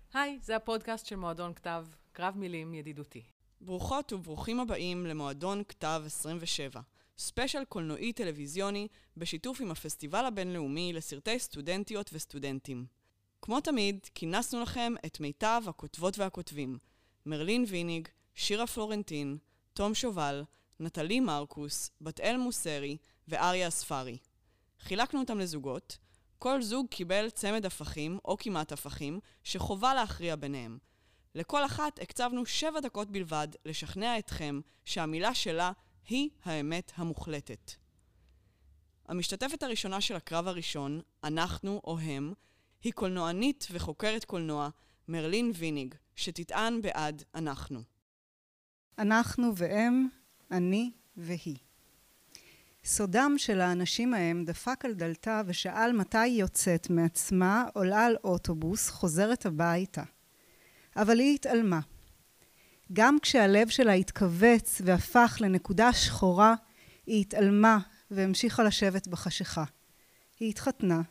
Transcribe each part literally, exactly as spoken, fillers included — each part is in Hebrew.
היי, זה הפודקאסט של מועדון כתב, קרב מילים ידידותי. ברוכות וברוכים הבאים למועדון כתב עשרים ושבע, ספיישל קולנועי טלוויזיוני בשיתוף עם הפסטיבל הבינלאומי לסרטי סטודנטיות וסטודנטים. כמו תמיד, כינסנו לכם את מיטב הכותבות והכותבים, מרלין ויניג, שירה פלורנטין, תום שובל, נטלי מרקוס, בת-אל מוסרי ואריה אספרי. חילקנו אותם לזוגות, כל זוג קיבל צמד הפכים או כמעט הפכים שחובה להכריע ביניהם. לכל אחת הקצבנו שבע דקות בלבד לשכנע אתכם שהמילה שלה היא האמת המוחלטת. המשתתפת הראשונה של הקרב הראשון, אנחנו או הם, היא קולנוענית וחוקרת קולנוע מרלין ויניג, שתטען בעד אנחנו. אנחנו והם, אני והיא. סודם של האנשים ההם דפק על דלתה ושאל מתי היא יוצאת מעצמה, עולה על אוטובוס, חוזרת הביתה. אבל היא התעלמה. גם כשהלב שלה התכווץ והפך לנקודה שחורה, היא התעלמה והמשיכה לשבת בחשיכה. היא התחתנה,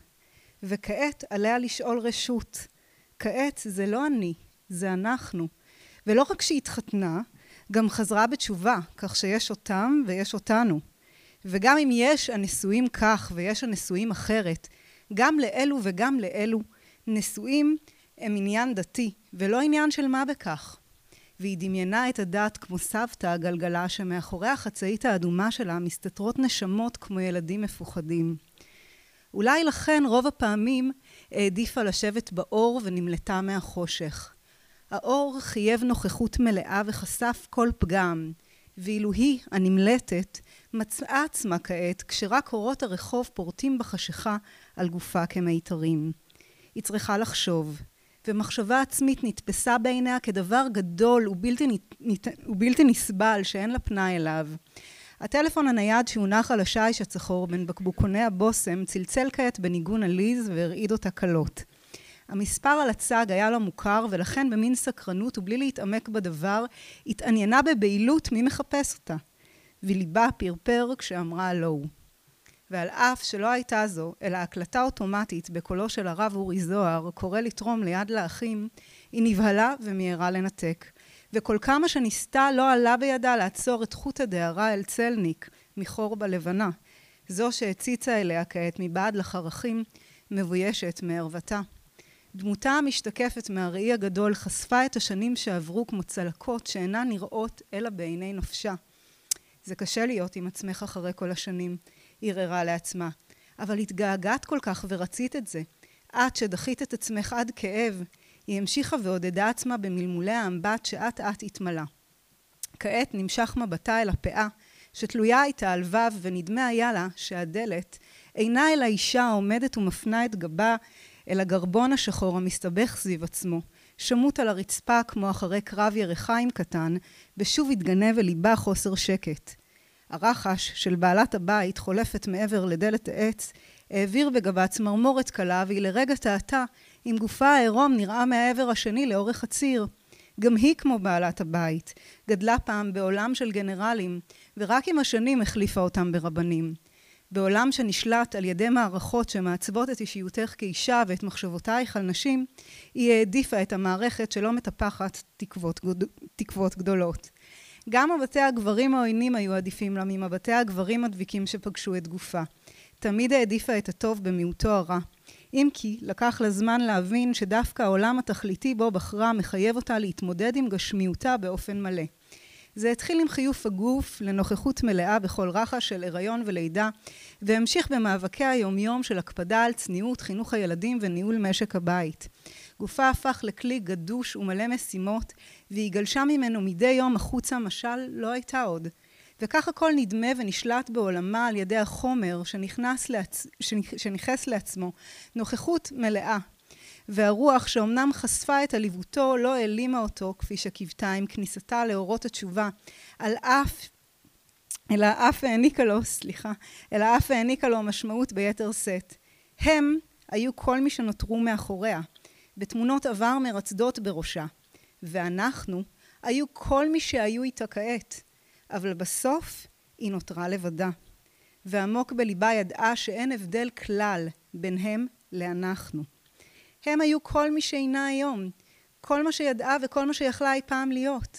וכעת עליה לשאול רשות. כעת זה לא אני, זה אנחנו. ולא רק שהיא התחתנה, גם חזרה בתשובה, כך שיש אותם ויש אותנו. וגם אם יש הנשואים כך ויש הנשואים אחרת, גם לאלו וגם לאלו, נשואים הם עניין דתי, ולא עניין של מה בכך. והיא דמיינה את הדת כמו סבתא הגלגלה, שמאחורי החצאית האדומה שלה מסתתרות נשמות כמו ילדים מפוחדים. אולי לכן רוב הפעמים העדיפה לשבת באור ונמלטה מהחושך. האור חייב נוכחות מלאה וחשף כל פגם, ואילו היא, הנמלטת, מצאה עצמה כעת כשרק אורות הרחוב פורטים בחשיכה על גופה כמיתרים. היא צריכה לחשוב, ומחשבה עצמית נתפסה בעיניה כדבר גדול ובלתי, נת... ובלתי נסבל שאין לה פנאי אליו. הטלפון הנייד שהונח על השיש הצחור בין בקבוקוני הבוסם צלצל כעת בניגון עליז והרעיד אותה קלות. המספר על הצג היה לה מוכר, ולכן במין סקרנות ובלי להתעמק בדבר, התעניינה בבהילות מי מחפש אותה. וליבה פרפר כשאמרה לא. ועל אף שלא הייתה זו, אלא הקלטה אוטומטית בקולו של הרב אורי זוהר, קורא לתרום ליד לאחים, היא נבהלה ומהרה לנתק. וכל כמה שניסתה לא עלה בידה לעצור את חוט הדהרה אל צלניק, מחור בלבנה. זו שהציצה אליה כעת מבעד לחרכים, מבוישת מערוותה. דמותה המשתקפת מהראי הגדול חשפה את השנים שעברו כמו צלקות שאינן נראות אלא בעיני נפשה. זה קשה להיות עם עצמך אחרי כל השנים, ערערה לעצמה. אבל התגעגעת כל כך ורצית את זה. את שדחית את עצמך עד כאב, היא המשיכה ועודדה עצמה במלמולי האמבט שאת את התמלה. כעת נמשך מבטה אל הפאה, שתלויה הייתה על וו ונדמה היה לה שהדלת אינה אל האישה העומדת ומפנה את גבה אל הגרבון השחור המסתבך סביב עצמו, שמות על הרצפה כמו אחרי קרב ירחיים קטן, ושוב התגנב אל ליבה חוסר שקט. הרחש של בעלת הבית חולפת מעבר לדלת העץ, העביר בגבה צמרמורת קלה, והיא לרגע טעתה, עם גופה העירום נראה מהעבר השני לאורך הציר. גם היא כמו בעלת הבית, גדלה פעם בעולם של גנרלים, ורק עם השנים החליפה אותם ברבנים. בעולם שנשלט על ידי מערכות שמעצבות את אישיותך כאישה ואת מחשבותייך על נשים, היא העדיפה את המערכת שלא מטפחת תקוות, תקוות גדולות. גם מבטי הגברים העוינים היו עדיפים לה ממבטי הגברים הדביקים שפגשו את גופה. תמיד העדיפה את הטוב במיעוטו הרע. אם כי לקח לה זמן להבין שדווקא העולם התכליתי בו בחרה מחייב אותה להתמודד עם גשמיותה באופן מלא. זה התחיל עם חיוף הגוף לנוכחות מלאה בכל רחש של הריון ולידה, והמשיך במאבקי היומיום של הקפדה על צניעות, חינוך הילדים וניהול משק הבית. גופה הפך לכלי גדוש ומלא משימות, והיא גלשה ממנו מדי יום החוצה משל לא הייתה עוד. וכך הכל נדמה ונשלט בעולמה על ידי החומר שנכנס לעצ... שנכנס לעצמו, נוכחות מלאה. והרוח שאומנם חשפה את עליבותו לא העלימה אותו כפי שקיוותה עם כניסתה לאורות התשובה, על אף, אלא אף העניקה לו, סליחה, אלא אף העניקה לו משמעות ביתר סט. הם היו כל מי שנותרו מאחוריה, בתמונות עבר מרצדות בראשה, ואנחנו היו כל מי שהיו איתה כעת, אבל בסוף היא נותרה לבדה. ועמוק בליבה ידעה שאין הבדל כלל בין הם לאנחנו. הם היו כל מי שאינה היום, כל מה שידעה וכל מה שיכלה אי פעם להיות.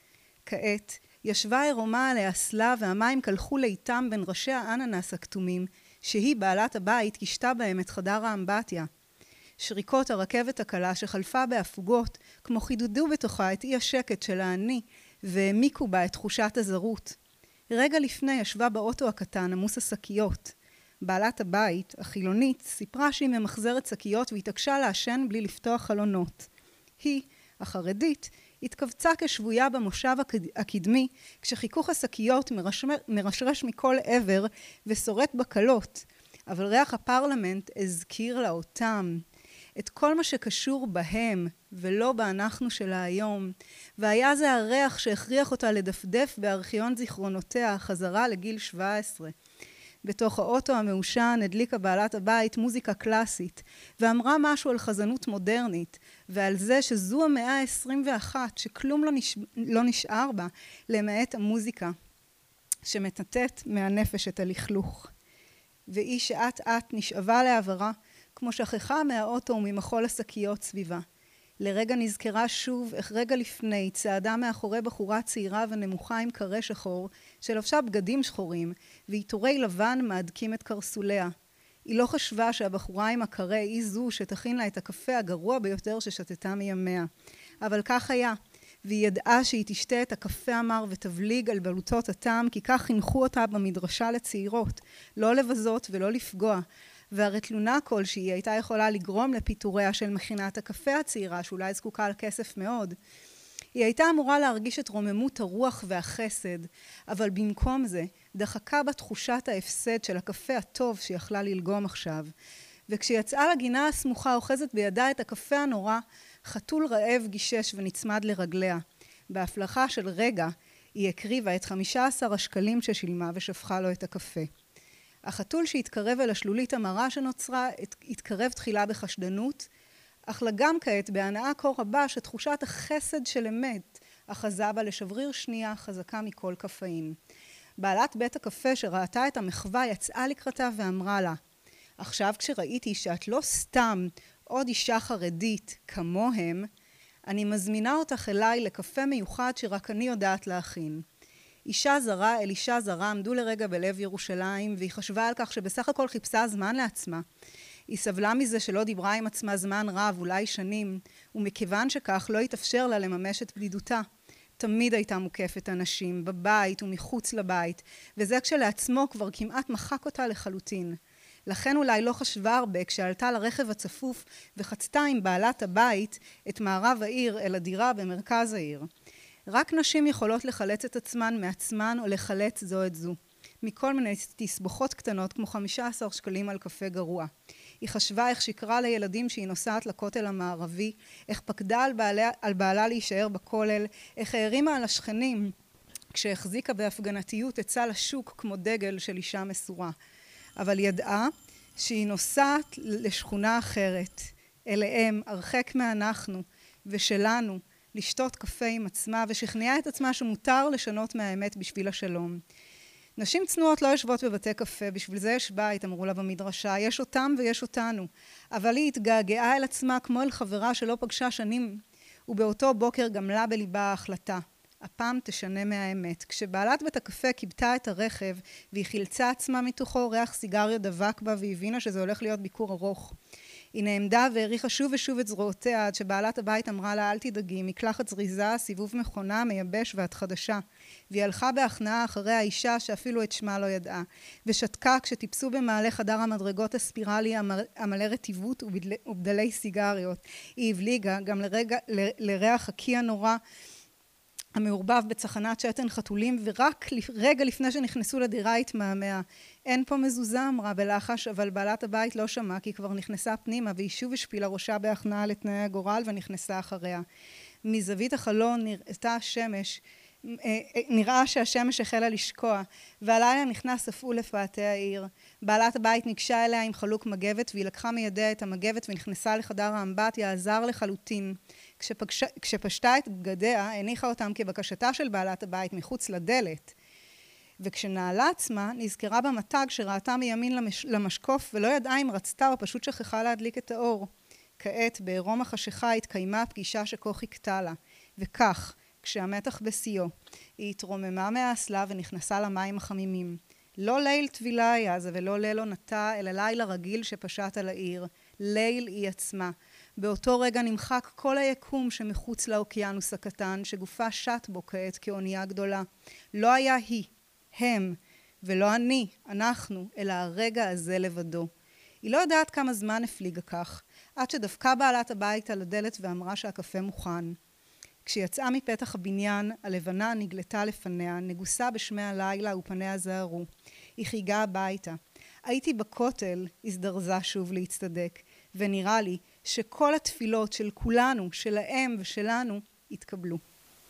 כעת ישבה עירומה על האסלה והמים קלחו לאיתם בין ראשי האננס הכתומים, שהיא בעלת הבית קישתה בהם את חדר האמבטיה. שריקות הרכבת הקלה שחלפה בהפוגות, כמו חידדו בתוכה את אי השקט של האני, והעמיקו בה את תחושת הזרות. רגע לפני ישבה באוטו הקטן עמוס השקיות. בעלת הבית, החילונית, סיפרה שהיא ממחזרת שקיות והתעקשה לעשן בלי לפתוח חלונות. היא, החרדית, התכווצה כשבויה במושב הקדמי, כשחיכוך השקיות מרשרש מכל עבר ושורט בקלות, אבל ריח הפרלמנט הזכיר לה אותם, את כל מה שקשור בהם ולא באנחנו שלה היום, והיה זה הריח שהכריח אותה לדפדף בארכיון זיכרונותיה חזרה לגיל שבע עשרה. בתוך האוטו המעושן הדליקה בעלת הבית מוזיקה קלאסית, ואמרה משהו על חזנות מודרנית, ועל זה שזו המאה ה-עשרים ואחת, שכלום לא, נש... לא נשאר בה, למעט המוזיקה, שמטטט מהנפש את הלכלוך. והיא שעת עת נשאבה לעברה, כמו שכחה מהאוטו וממחול השקיות סביבה. לרגע נזכרה שוב איך רגע לפני צעדה מאחורי בחורה צעירה ונמוכה עם קרה שחור, שלבשה בגדים שחורים, ועיטורי לבן מהדקים את קרסוליה. היא לא חשבה שהבחורה עם הקרה היא זו שתכין לה את הקפה הגרוע ביותר ששתתה מימיה. אבל כך היה, והיא ידעה שהיא תשתה את הקפה המר ותבליג על בלוטות הטעם, כי כך חינכו אותה במדרשה לצעירות, לא לבזות ולא לפגוע. והרי תלונה כלשהי הייתה יכולה לגרום לפיטוריה של מכינת הקפה הצעירה, שאולי זקוקה לכסף מאוד. היא הייתה אמורה להרגיש את רוממות הרוח והחסד, אבל במקום זה דחקה בה תחושת ההפסד של הקפה הטוב שיכלה ללגום עכשיו. וכשיצאה לגינה הסמוכה אוחזת בידה את הקפה הנורא, חתול רעב גישש ונצמד לרגליה. בהפלחה של רגע היא הקריבה את חמישה עשר השקלים ששילמה ושפכה לו את הקפה. החתול שהתקרב אל השלולית המרה שנוצרה, התקרב תחילה בחשדנות, אך לגם כעת בהנאה כה רבה שתחושת החסד של אמת אחזה בה לשבריר שנייה חזקה מכל קפאין. בעלת בית הקפה שראתה את המחווה יצאה לקראתה ואמרה לה, עכשיו כשראיתי שאת לא סתם עוד אישה חרדית כמוהם, אני מזמינה אותך אליי לקפה מיוחד שרק אני יודעת להכין. אישה זרה אל אישה זרה עמדו לרגע בלב ירושלים, והיא חשבה על כך שבסך הכל חיפשה זמן לעצמה. היא סבלה מזה שלא דיברה עם עצמה זמן רב, אולי שנים, ומכיוון שכך לא התאפשר לה לממש את בדידותה. תמיד הייתה מוקפת אנשים, בבית ומחוץ לבית, וזה כשלעצמו כבר כמעט מחק אותה לחלוטין. לכן אולי לא חשבה הרבה כשעלתה לרכב הצפוף וחצתה עם בעלת הבית את מערב העיר אל הדירה במרכז העיר. רק נשים יכולות לחלץ את עצמן מעצמן או לחלץ זו את זו, מכל מיני תסבוכות קטנות כמו חמישה עשר שקלים על קפה גרוע. היא חשבה איך שקרה לילדים שהיא נוסעת לכותל המערבי, איך פקדה על בעלה, על בעלה להישאר בכולל, איך הערימה על השכנים כשהחזיקה בהפגנתיות את סל השוק כמו דגל של אישה מסורה. אבל ידעה שהיא נוסעת לשכונה אחרת, אליהם, הרחק מאנחנו ושלנו, לשתות קפה עם עצמה, ושכנעה את עצמה שמותר לשנות מהאמת בשביל השלום. נשים צנועות לא יושבות בבתי קפה, בשביל זה יש בית, אמרו לה במדרשה, יש אותם ויש אותנו. אבל היא התגעגעה אל עצמה כמו אל חברה שלא פגשה שנים, ובאותו בוקר גמלה בליבה ההחלטה. הפעם תשנה מהאמת. כשבעלת בית הקפה קיבתה את הרכב, והיא חילצה עצמה מתוכו, ריח סיגריה דבק בה, והבינה שזה הולך להיות ביקור ארוך. היא נעמדה והעריכה שוב ושוב את זרועותיה, עד שבעלת הבית אמרה לה, אל תדאגי, מקלחת זריזה, סיבוב מכונה, מייבש ואת חדשה. והיא הלכה בהכנעה אחרי האישה שאפילו את שמה לא ידעה, ושתקה כשטיפסו במעלה חדר המדרגות הספירלי המלא רטיבות ובדלי סיגריות. היא הבליגה גם לרגע, ל, לריח הקיא הנורא, המעורבב בצחנת שתן חתולים, ורק רגע לפני שנכנסו לדירה התמהמה. אין פה מזוזה, אמרה בלחש, אבל בעלת הבית לא שמעה, כי כבר נכנסה פנימה, והיא שוב השפילה ראשה בהכנעה לתנאי הגורל, ונכנסה אחריה. מזווית החלון נראתה השמש, נראה שהשמש החלה לשקוע, והלילה נכנס אפוא לפאתי העיר. בעלת הבית ניגשה אליה עם חלוק מגבת, והיא לקחה מידיה את המגבת ונכנסה לחדר האמבטיה, עזר לחלוטין. כשפגש... כשפשטה את בגדיה, הניחה אותם כבקשתה של בעלת הבית מחוץ לדלת. וכשנעלה עצמה, נזכרה במתג שראתה מימין למש... למשקוף, ולא ידעה אם רצתה או פשוט שכחה להדליק את האור. כעת, בעירום החשיכה, התקיימה הפגישה שכה חיכתה לה, וכך, כשהמתח בשיאו, היא התרוממה מהאסלה ונכנסה למים החמימים. לא ליל טבילה היה זה ולא ליל עונתה, אלא לילה רגיל שפשט על העיר, ליל היא עצמה. באותו רגע נמחק כל היקום שמחוץ לאוקיינוס הקטן, שגופה שט בו כעת כאונייה גדולה. לא היה היא, הם, ולא אני, אנחנו, אלא הרגע הזה לבדו. היא לא יודעת כמה זמן הפליגה כך, עד שדפקה בעלת הבית על הדלת ואמרה שהקפה מוכן. כשיצאה מפתח הבניין, הלבנה נגלתה לפניה, נגוסה בשמי הלילה ופניה זהרו. היא חיגה הביתה. הייתי בכותל, הזדרזה שוב להצטדק, ונראה לי שכל התפילות של כולנו, שלהם ושלנו, התקבלו.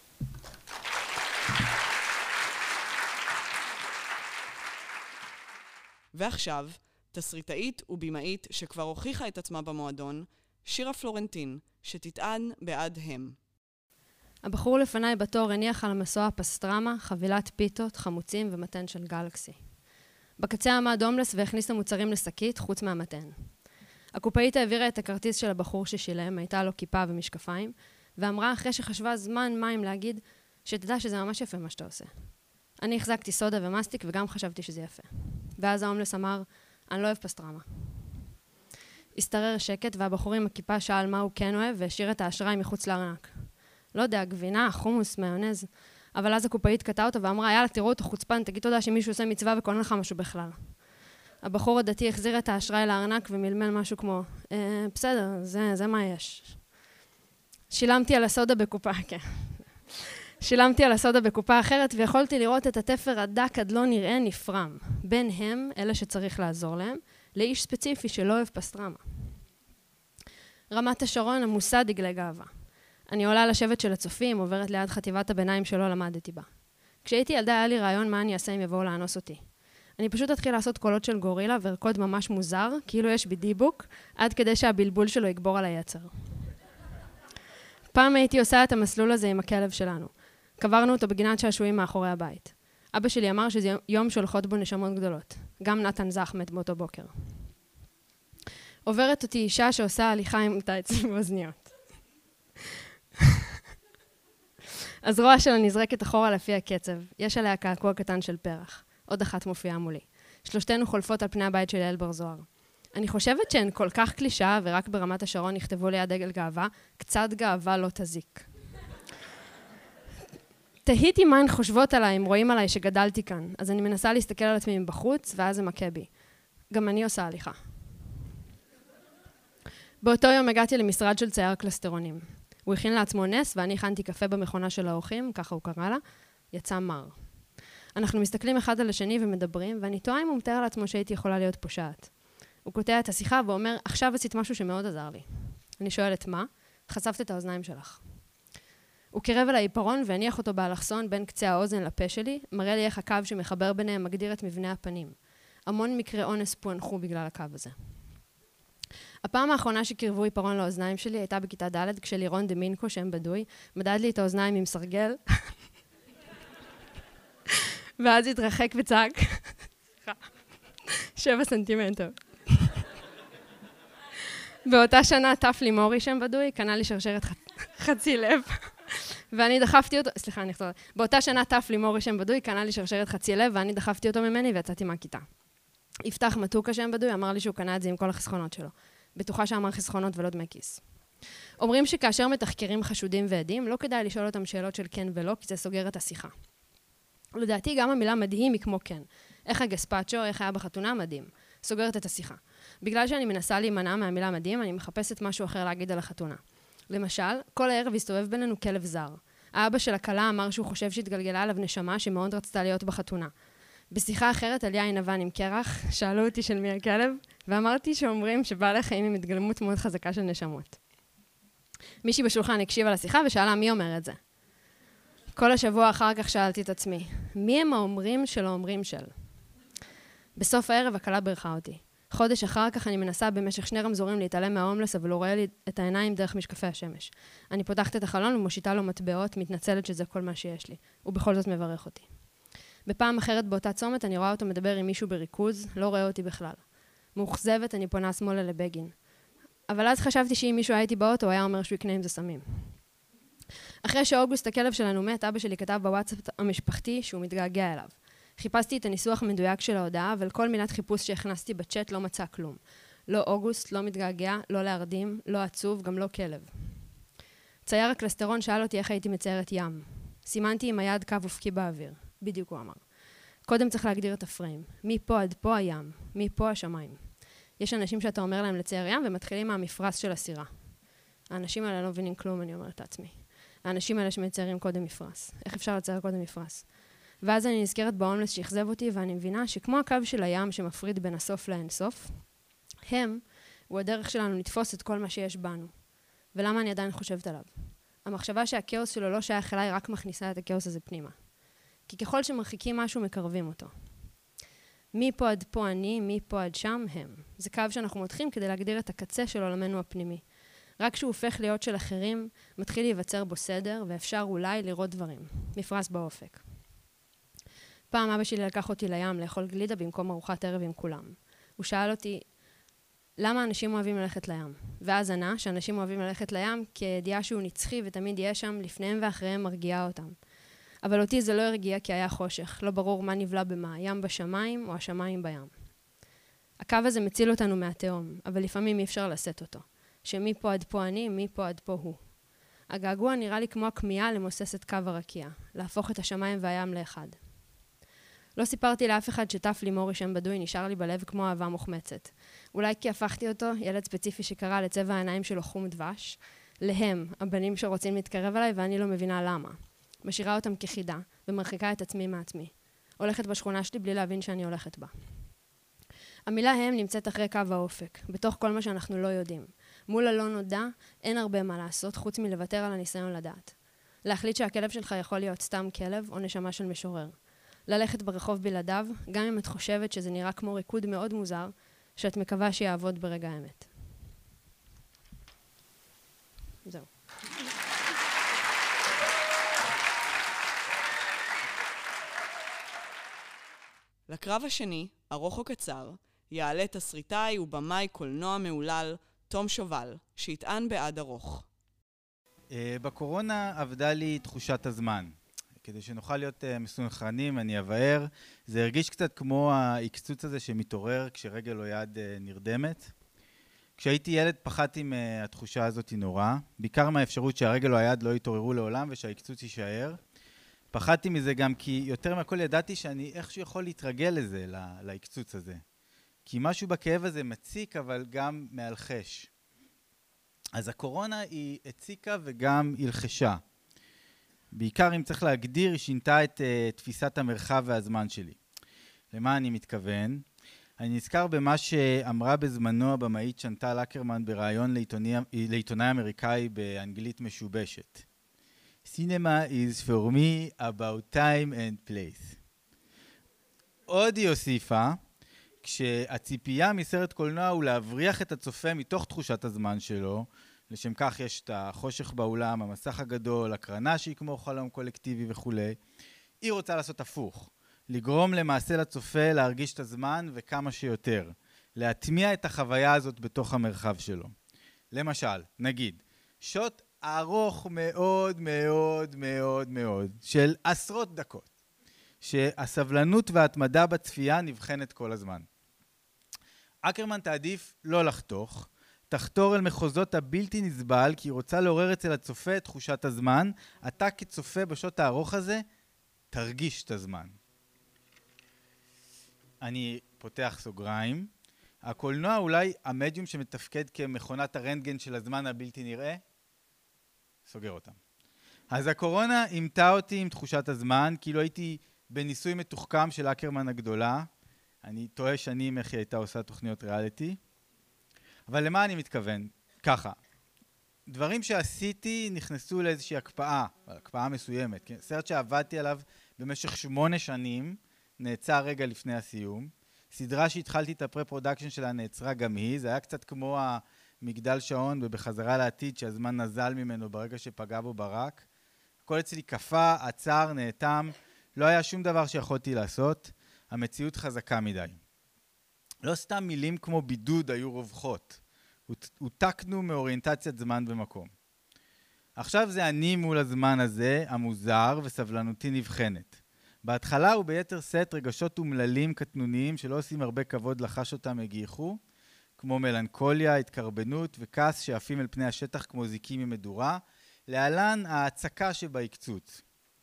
ועכשיו, תסריטאית ובימאית שכבר הוכיחה את עצמה במועדון, שירה פלורנטין, שתטען בעד הם. הבחור לפניי בתור הניח על המסוע פסטרמה, חבילת פיתות, חמוצים ומתן של גלקסי. בקצה עמד הומלס והכניס המוצרים לשקית חוץ מהמתן. הקופאית העבירה את הכרטיס של הבחור ששילם, הייתה לו כיפה ומשקפיים, ואמרה אחרי שחשבה זמן מים להגיד שתדע שזה ממש יפה מה שאתה עושה. אני החזקתי סודה ומסטיק וגם חשבתי שזה יפה. ואז ההומלס אמר, אני לא אוהב פסטרמה. הסתרר שקט והבחור עם הכיפה שאל מה הוא כן אוהב והשאיר את האשראי מחוץ לארנק. לא יודע, גבינה, חומוס, מיונז. אבל אז הקופאית קטעה אותו ואמרה, יאללה, תראו אותו חוצפן, תגיד תודה שמישהו עושה מצווה וקונה לך משהו בכלל. הבחור הדתי החזיר את האשראי לארנק ומלמל משהו כמו, אה, בסדר, זה, זה מה יש. שילמתי על הסודה בקופה, כן. שילמתי על הסודה בקופה אחרת ויכולתי לראות את התפר הדק עד לא נראה נפרם. בין הם, אלה שצריך לעזור להם, לאיש ספציפי שלא אוהב פסטרמה. רמת השרון עמוסה דגלי גאווה. אני עולה לשבט של הצופים, עוברת ליד חטיבת הביניים שלא למדתי בה. כשהייתי ילדה היה לי רעיון מה אני אעשה אם יבואו לאנוס אותי. אני פשוט אתחיל לעשות קולות של גורילה ורקוד ממש מוזר, כאילו יש בי דיבוק, עד כדי שהבלבול שלו יגבור על היצר. פעם הייתי עושה את המסלול הזה עם הכלב שלנו. קברנו אותו בגינת שעשועים מאחורי הבית. אבא שלי אמר שזה יום שהולכות בו נשמות גדולות. גם נתן זך מת באותו בוקר. עוברת אותי אישה שעושה הליכה עם טייץ באוזניות. הזרוע שלה נזרקת אחורה לפי הקצב. יש עליה קעקוע קטן של פרח. עוד אחת מופיעה מולי. שלושתנו חולפות על פני הבית של יעל בר זוהר. אני חושבת שהן כל כך קלישאה, ורק ברמת השרון נכתבו ליד דגל גאווה, קצת גאווה לא תזיק. תהיתי מה הן חושבות עליי, אם רואים עליי שגדלתי כאן. אז אני מנסה להסתכל על עצמי מבחוץ, ואז זה מכה בי. גם אני עושה הליכה. באותו יום הגעתי למשרד של צייר קלסטרונים. הוא הכין לעצמו נס, ואני הכנתי קפה במכונה של האורחים, ככה הוא קרא לה, יצא מר. אנחנו מסתכלים אחד על השני ומדברים, ואני תוהה אם הוא מתאר לעצמו שהייתי יכולה להיות פושעת. הוא קוטע את השיחה ואומר, עכשיו עשית משהו שמאוד עזר לי. אני שואלת מה? חשפת את האוזניים שלך. הוא קרב אליי עיפרון והניח אותו באלכסון בין קצה האוזן לפה שלי, מראה לי איך הקו שמחבר ביניהם מגדיר את מבנה הפנים. המון מקרי אונס פוענחו בגלל הקו הזה. הפעם האחרונה שקרבו עיפרון לאוזניים שלי הייתה בכיתה ד' כשלירון דמינקו, שם בדוי, מדד לי את האוזניים עם סרגל, ואז התרחק וצעק, שבע סנטימטר. באותה שנה טף לי מורי, שם בדוי, קנה לי שרשרת חצי לב, ואני דחפתי אותו, סליחה, אני אחזור, באותה שנה טף לי מורי, שם בדוי, קנה לי שרשרת חצי לב, ואני דחפתי אותו ממני ויצאתי מהכיתה. יפתח מתוקה, שם בדוי, אמר לי שהוא קנה את זה עם כל החסכונות שלו. בטוחה שאמר חסכונות ולא דמי כיס. אומרים שכאשר מתחקרים חשודים ועדים, לא כדאי לשאול אותם שאלות של כן ולא, כי זה סוגר את השיחה. לדעתי גם המילה מדהים היא כמו כן. איך הגספצ'ו, איך היה בחתונה, מדהים. סוגרת את השיחה. בגלל שאני מנסה להימנע מהמילה מדהים, אני מחפשת משהו אחר להגיד על החתונה. למשל, כל הערב הסתובב בינינו כלב זר. האבא של הכלה אמר שהוא חושב שהתגלגלה עליו נשמה שמאוד רצתה להיות בחתונה. בשיחה אחרת על יין לבן עם קרח, שאלו אותי של מי הכלב, ואמרתי שאומרים שבעלי חיים עם התגלמות מאוד חזקה של נשמות. מישהי בשולחן הקשיבה לשיחה ושאלה מי אומר את זה. כל השבוע אחר כך שאלתי את עצמי, מי הם האומרים של האומרים של? בסוף הערב הכלה ברכה אותי. חודש אחר כך אני מנסה במשך שני רמזורים להתעלם מההומלס, אבל הוא רואה לי את העיניים דרך משקפי השמש. אני פותחת את החלון ומושיטה לו מטבעות, מתנצלת שזה כל מה שיש לי. הוא בכל זאת מברך אותי. בפעם אחרת באותה צומת אני רואה אותו מדבר עם מישהו בריכוז, לא רואה אותי בכלל. מאוכזבת אני פונה שמאלה לבגין. אבל אז חשבתי שאם מישהו היה איתי באוטו, הוא היה אומר שהוא יקנה עם זה סמים. אחרי שאוגוסט הכלב שלנו מת, אבא שלי כתב בוואטסאפ המשפחתי שהוא מתגעגע אליו. חיפשתי את הניסוח המדויק של ההודעה, אבל כל מילת חיפוש שהכנסתי בצ'אט לא מצא כלום. לא אוגוסט, לא מתגעגע, לא להרדים, לא עצוב, גם לא כלב. צייר הקלסטרון שאל אותי איך הייתי מציירת ים. סימנתי עם היד קו אופקי באוויר. בדיוק הוא אמר. קודם צריך להגדיר את הפריים. מפה עד פה הים, מפה השמיים. יש אנשים שאתה אומר להם לצייר ים ומתחילים מהמפרש של הסירה. האנשים האלה לא מבינים כלום, אני אומרת לעצמי. האנשים האלה שמציירים קודם מפרש. איך אפשר לצייר קודם מפרש? ואז אני נזכרת בהומלס שהכזב אותי, ואני מבינה שכמו הקו של הים שמפריד בין הסוף לאינסוף, הם הוא הדרך שלנו לתפוס את כל מה שיש בנו. ולמה אני עדיין חושבת עליו? המחשבה שהכאוס שלו לא שייך אליי רק מכניסה את הכאוס הזה פנימה. כי ככל שמרחיקים משהו, מקרבים אותו. מפה עד פה אני, מפה עד שם הם. זה קו שאנחנו מותחים כדי להגדיר את הקצה של עולמנו הפנימי. רק כשהוא הופך להיות של אחרים, מתחיל להיווצר בו סדר, ואפשר אולי לראות דברים. מפרש באופק. פעם אבא שלי לקח אותי לים לאכול גלידה במקום ארוחת ערב עם כולם. הוא שאל אותי, למה אנשים אוהבים ללכת לים? ואז ענה שאנשים אוהבים ללכת לים כידיעה שהוא נצחי ותמיד יהיה שם לפניהם ואחריהם מרגיעה אותם. אבל אותי זה לא הרגיע כי היה חושך, לא ברור מה נבלע במה, ים בשמיים או השמיים בים. הקו הזה מציל אותנו מהתהום, אבל לפעמים אי אפשר לשאת אותו. שמפה עד פה אני, מפה עד פה הוא. הגעגוע נראה לי כמו הכמיהה למוסס את קו הרקיע, להפוך את השמיים והים לאחד. לא סיפרתי לאף אחד שטף לימורי שם בדוי נשאר לי בלב כמו אהבה מוחמצת. אולי כי הפכתי אותו, ילד ספציפי שקרא לצבע העיניים שלו חום דבש, להם, הבנים שרוצים להתקרב אליי ואני לא מבינה למה. משאירה אותם כחידה ומרחיקה את עצמי מעצמי. הולכת בשכונה שלי בלי להבין שאני הולכת בה. המילה הם נמצאת אחרי קו האופק, בתוך כל מה שאנחנו לא יודעים. מול הלא נודע אין הרבה מה לעשות חוץ מלוותר על הניסיון לדעת. להחליט שהכלב שלך יכול להיות סתם כלב או נשמה של משורר. ללכת ברחוב בלעדיו, גם אם את חושבת שזה נראה כמו ריקוד מאוד מוזר, שאת מקווה שיעבוד ברגע האמת. זהו. לקרב השני, ארוך או קצר, יעלה תסריטאי ובמאי קולנוע מהולל, תום שובל, שיטען בעד ארוך. בקורונה עבדה לי תחושת הזמן. כדי שנוכל להיות מסונכרנים, אני אבהר. זה הרגיש קצת כמו ההקצוץ הזה שמתעורר כשרגל או יד נרדמת. כשהייתי ילד פחדתי מהתחושה הזאת נורא, בעיקר מהאפשרות שהרגל או היד לא יתעוררו לעולם ושההקצוץ יישאר. פחדתי מזה גם כי יותר מהכל ידעתי שאני איכשהו יכול להתרגל לזה, להקצוץ הזה. כי משהו בכאב הזה מציק אבל גם מאלחש. אז הקורונה היא הציקה וגם הלחשה. בעיקר אם צריך להגדיר, היא שינתה את uh, תפיסת המרחב והזמן שלי. למה אני מתכוון? אני נזכר במה שאמרה בזמנו הבמאית שנטל אקרמן בראיון לעיתונאי אמריקאי באנגלית משובשת. Cinema is for me about time and place. עוד היא הוסיפה, כשהציפייה מסרט קולנוע הוא להבריח את הצופה מתוך תחושת הזמן שלו, לשם כך יש את החושך באולם, המסך הגדול, הקרנה שהיא כמו חלום קולקטיבי וכו'. היא רוצה לעשות הפוך, לגרום למעשה לצופה להרגיש את הזמן וכמה שיותר, להטמיע את החוויה הזאת בתוך המרחב שלו. למשל, נגיד, שוט ארוך מאוד מאוד מאוד מאוד של עשרות דקות, שהסבלנות וההתמדה בצפייה נבחנת כל הזמן. אקרמן תעדיף לא לחתוך, תחתור אל מחוזות הבלתי נסבל, כי היא רוצה לעורר אצל הצופה את תחושת הזמן. אתה כצופה בשוט הארוך הזה, תרגיש את הזמן. אני פותח סוגריים. הקולנוע אולי המדיום שמתפקד כמכונת הרנטגן של הזמן הבלתי נראה, סוגר אותם. אז הקורונה אימתה אותי עם תחושת הזמן, כאילו הייתי בניסוי מתוחכם של אקרמן הגדולה. אני טועה שנים איך היא הייתה עושה תוכניות ריאליטי. אבל למה אני מתכוון? ככה, דברים שעשיתי נכנסו לאיזושהי הקפאה, הקפאה מסוימת. כן? סרט שעבדתי עליו במשך שמונה שנים, נעצר רגע לפני הסיום. סדרה שהתחלתי את הפרה-פרודקשן שלה נעצרה גם היא, זה היה קצת כמו המגדל שעון ובחזרה לעתיד שהזמן נזל ממנו ברגע שפגע בו ברק. הכל אצלי קפה, עצר, נאטם, לא היה שום דבר שיכולתי לעשות, המציאות חזקה מדי. לא סתם מילים כמו בידוד היו רווחות. הותקנו מאוריינטציית זמן ומקום. עכשיו זה אני מול הזמן הזה, המוזר, וסבלנותי נבחנת. בהתחלה וביתר סט רגשות אומללים קטנוניים שלא עושים הרבה כבוד לחש אותם הגיחו, כמו מלנכוליה, התקרבנות וכעס שעפים אל פני השטח כמו זיקים ממדורה, להלן ההצקה שבהקצוץ.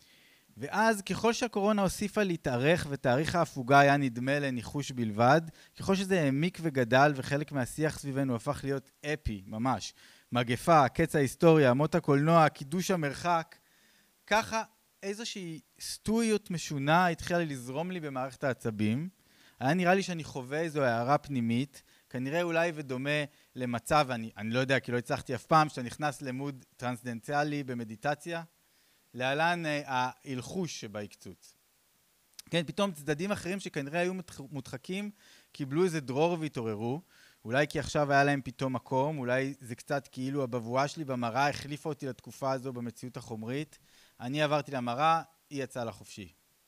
ואז ככל שהקורונה הוסיפה להתארך ותאריך ההפוגה היה נדמה לניחוש בלבד, ככל שזה העמיק וגדל וחלק מהשיח סביבנו הפך להיות אפי, ממש, מגפה, קץ ההיסטוריה, מות הקולנוע, קידוש המרחק, ככה איזושהי סטואיות משונה התחילה לזרום לי במערכת העצבים. היה נראה לי שאני חווה איזו הערה פנימית, כנראה אולי ודומה למצב, אני, אני לא יודע כי לא הצלחתי אף פעם, שאתה נכנס למוד טרנסדנציאלי במדיטציה, להלן ההלחוש שבהקצוץ. כן, פתאום צדדים אחרים שכנראה היו מודחקים, קיבלו איזה דרור והתעוררו, אולי כי עכשיו היה להם פתאום מקום, אולי זה קצת כאילו הבבואה שלי במראה החליפה אותי לתקופה הזו במציאות החומרית, אני עברתי למראה, היא יצאה לחופשי.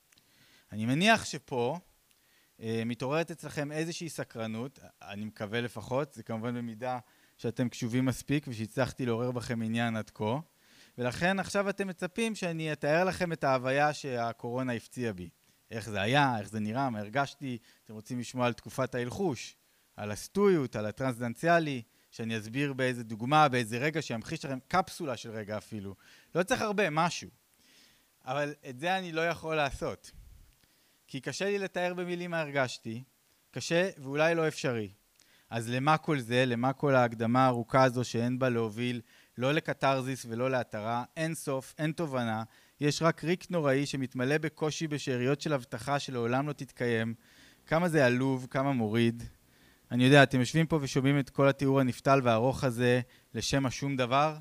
אני מניח שפה אה, מתעוררת אצלכם איזושהי סקרנות, אני מקווה לפחות, זה כמובן במידה שאתם קשובים מספיק ושהצלחתי לעורר בכם עניין עד כה, ולכן עכשיו אתם מצפים שאני אתאר לכם את ההוויה שהקורונה הפציעה בי. איך זה היה, איך זה נראה, מה הרגשתי, אתם רוצים לשמוע על תקופת ההלחוש, על הסטואיות, על הטרנסדנציאלי, שאני אסביר באיזה דוגמה, באיזה רגע שימחיש לכם קפסולה של רגע אפילו. לא צריך הרבה, משהו. אבל את זה אני לא יכול לעשות. כי קשה לי לתאר במילים מה הרגשתי, קשה ואולי לא אפשרי. אז למה כל זה, למה כל ההקדמה הארוכה הזו שאין בה להוביל, לא לקטרזיס ולא להתרה, אין סוף, אין תובנה, יש רק ריק נוראי שמתמלא בקושי בשאריות של הבטחה שלעולם לא תתקיים, כמה זה עלוב, כמה מוריד. אני יודע, אתם יושבים פה ושומעים את כל התיאור הנפתל והארוך הזה לשם השום דבר.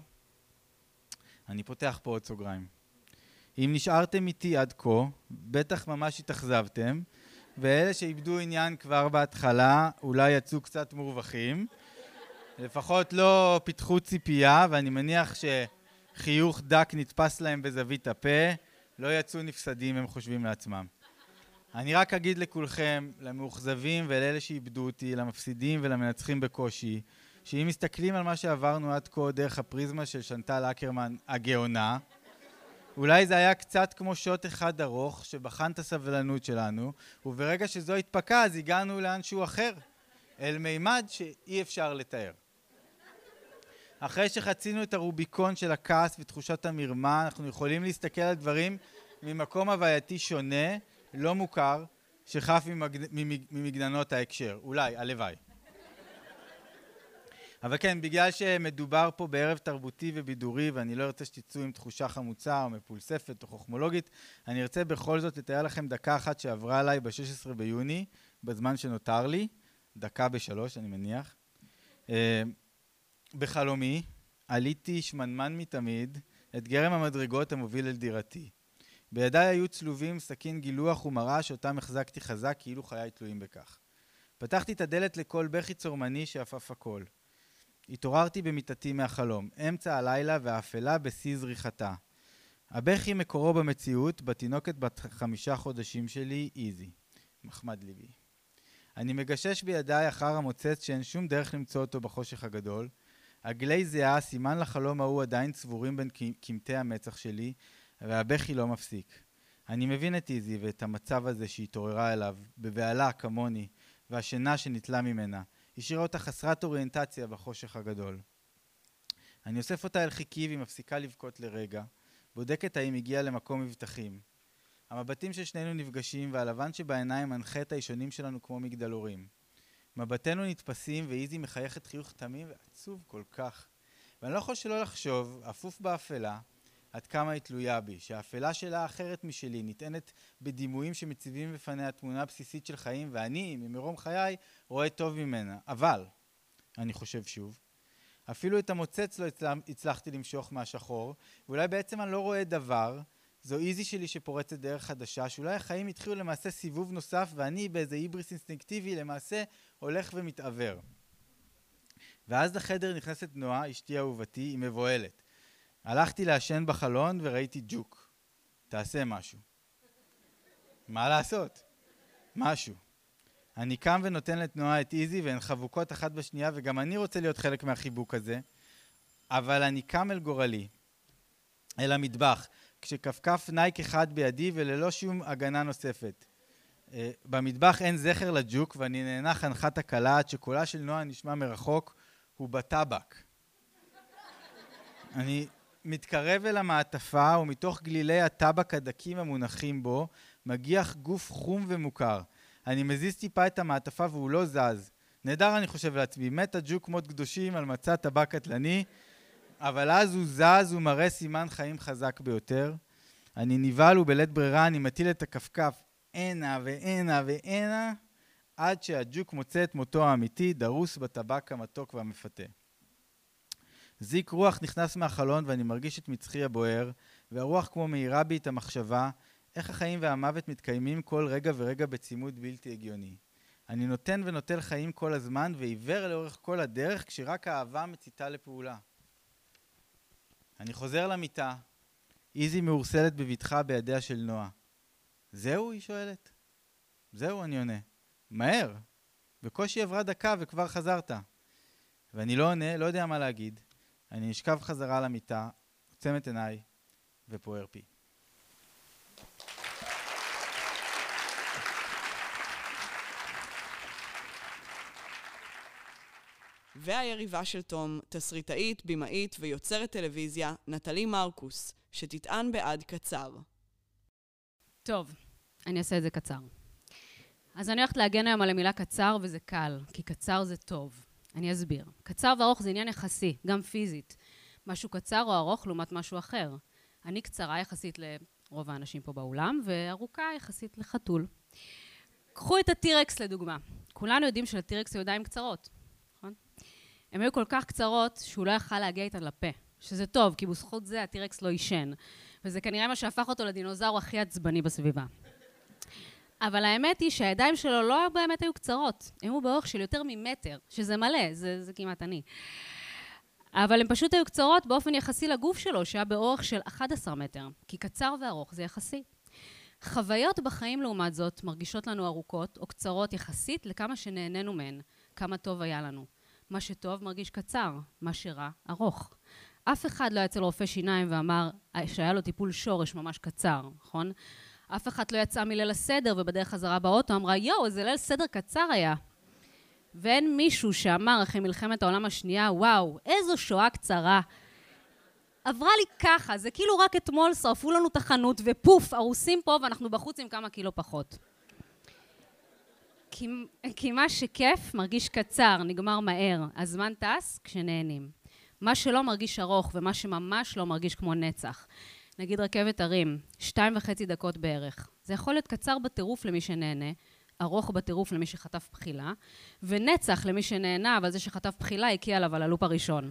אני פותח פה עוד סוגריים. אם נשארתם איתי עד כה, בטח ממש התאכזבתם, ואלה שאיבדו עניין כבר בהתחלה אולי יצאו קצת מורווחים. לפחות לא פיתחו ציפייה, ואני מניח שחיוך דק נתפס להם בזווית הפה, לא יצאו נפסדים, הם חושבים לעצמם. אני רק אגיד לכולכם, למאוכזבים ולאלה שאיבדו אותי, למפסידים ולמנצחים בקושי, שאם מסתכלים על מה שעברנו עד כה דרך הפריזמה של שנטל אקרמן הגאונה, אולי זה היה קצת כמו שוט אחד ארוך שבחן את הסבלנות שלנו, וברגע שזו התפקה אז הגענו לאנשהו אחר, אל מימד שאי אפשר לתאר. אחרי שחצינו את הרוביקון של הכעס ותחושת המרמה, אנחנו יכולים להסתכל על דברים ממקום הווייתי שונה, לא מוכר, שחף ממגד... ממגננות ההקשר. אולי, הלוואי. אבל כן, בגלל שמדובר פה בערב תרבותי ובידורי, ואני לא ארצה שתצאו עם תחושה חמוצה או מפולספת או חוכמולוגית, אני ארצה בכל זאת לתאר לכם דקה אחת שעברה עליי ב-שישה עשר ביוני, בזמן שנותר לי, דקה בשלוש, אני מניח. בחלומי, עליתי שמנמן מתמיד את גרם המדרגות המוביל אל דירתי. בידיי היו צלובים, סכין גילוח ומראה שאותם החזקתי חזק כאילו חיי תלויים בכך. פתחתי את הדלת לכל בכי צורמני שאפף הכל. התעוררתי במיטתי מהחלום, אמצע הלילה והאפלה בשיא זריחתה. הבכי מקורו במציאות, בתינוקת בת חמישה חודשים שלי, איזי. מחמד ליבי. אני מגשש בידיי אחר המוצץ שאין שום דרך למצוא אותו בחושך הגדול. עגלי זיעה, סימן לחלום ההוא עדיין צבורים בין קמטי המצח שלי, והבכי לא מפסיק. אני מבין את איזי ואת המצב הזה שהתעוררה אליו, בבעלה כמוני, והשינה שנטלה ממנה. השאירה אותה חסרת אוריינטציה בחושך הגדול. אני אוסף אותה אל חיקי והיא מפסיקה לבכות לרגע, בודקת האם הגיעה למקום מבטחים. המבטים של שנינו נפגשים והלבן שבעיניים מנחה את הישונים שלנו כמו מגדלורים. מבטנו נתפסים ואיזי מחייכת חיוך תמים ועצוב כל כך. ואני לא יכול שלא לחשוב, אפוף באפלה, עד כמה היא תלויה בי, שהאפלה שלה אחרת משלי, ניתנת בדימויים שמציבים בפניה תמונה בסיסית של חיים, ואני, ממרום חיי, רואה טוב ממנה. אבל, אני חושב שוב, אפילו את המוצץ לא הצלחתי למשוך מהשחור, ואולי בעצם אני לא רואה דבר, זו איזי שלי שפורצת דרך חדשה, שאולי החיים התחילו למעשה סיבוב נוסף, ואני באיזה היבריס אינסטינקטיבי למעשה הולך ומתעבר. ואז לחדר נכנסת נועה, אשתי אהובתי, היא מבועלת. הלכתי לעשן בחלון וראיתי ג'וק. תעשה משהו. מה לעשות? משהו. אני קם ונותן לתנועה את איזי, והן חבוקות אחת בשנייה, וגם אני רוצה להיות חלק מהחיבוק הזה, אבל אני קם אל גורלי, אל המטבח, כשכפכף נייק אחד בידי וללא שום הגנה נוספת. במטבח אין זכר לג'וק, ואני נהנה חנחת הקלה, עד שקולה של נועה נשמע מרחוק, הוא בטבק. אני מתקרב אל המעטפה, ומתוך גלילי הטבק הדקים המונחים בו, מגיח גוף חום ומוכר. אני מזיז טיפה את המעטפה והוא לא זז. נהדר, אני חושב לעצמי, מת הג'וק מות קדושים על מצע טבק קטלני, אבל אז הוא זז ומראה סימן חיים חזק ביותר. אני נבהל ובלית ברירה, אני מטיל את הכפכף הנה והנה והנה, עד שהג'וק מוצא את מותו האמיתי, דרוס בטבק המתוק והמפתה. זיק רוח נכנס מהחלון ואני מרגיש את מצחי הבוער, והרוח כמו מהירה בי את המחשבה, איך החיים והמוות מתקיימים כל רגע ורגע בצימוד בלתי הגיוני. אני נותן ונוטל חיים כל הזמן ועיוור לאורך כל הדרך, כשרק האהבה מציתה לפעולה. אני חוזר למיטה, איזי מאורסלת בבטחה בידיה של נועה. זהו? היא שואלת. זהו, אני עונה. מהר. בקושי עברה דקה וכבר חזרת. ואני לא עונה, לא יודע מה להגיד. אני נשכב חזרה למיטה, עוצם את עיניי ופוער פי. והיריבה של תום, תסריטאית, בימאית ויוצרת טלוויזיה, נטלי מרקוס, שתטען בעד קצר. טוב, אני אעשה את זה קצר. אז אני הולכת להגן היום על המילה קצר, וזה קל, כי קצר זה טוב. אני אסביר. קצר וארוך זה עניין יחסי, גם פיזית. משהו קצר או ארוך לעומת משהו אחר. אני קצרה יחסית לרוב האנשים פה באולם, וארוכה יחסית לחתול. קחו את הטירקס לדוגמה. כולנו יודעים שלטירקס היו ידיים קצרות, נכון? הן היו כל כך קצרות שהוא לא יכל להגיע איתן לפה. שזה טוב, כי בזכות זה הטירקס לא ישן. וזה כנראה מה שהפך אותו לדינוזאור הכי עצבני בסביבה. אבל האמת היא שהידיים שלו לא באמת היו קצרות. הם היו באורך של יותר ממטר, שזה מלא, זה, זה כמעט אני. אבל הן פשוט היו קצרות באופן יחסי לגוף שלו, שהיה באורך של אחד עשר מטר. כי קצר וארוך זה יחסי. חוויות בחיים לעומת זאת מרגישות לנו ארוכות או קצרות יחסית לכמה שנהנינו מהן, כמה טוב היה לנו. מה שטוב מרגיש קצר, מה שרע ארוך. אף אחד לא יצא לרופא שיניים ואמר שהיה לו טיפול שורש ממש קצר, נכון? אף אחד לא יצא מליל הסדר ובדרך חזרה באוטו אמרה, יואו, איזה ליל סדר קצר היה. ואין מישהו שאמר אחרי מלחמת העולם השנייה, וואו, איזו שואה קצרה. עברה לי ככה, זה כאילו רק אתמול שרפו לנו את החנות ופוף, הרוסים פה ואנחנו בחוץ עם כמה קילו פחות. כי, כי מה שכיף מרגיש קצר, נגמר מהר, הזמן טס כשנהנים. מה שלא מרגיש ארוך ומה שממש לא מרגיש כמו נצח. נגיד רכבת הרים, שתיים וחצי דקות בערך. זה יכול להיות קצר בטירוף למי שנהנה, ארוך בטירוף למי שחטף בחילה, ונצח למי שנהנה, אבל זה שחטף בחילה הקיע עליו על הלופ הראשון.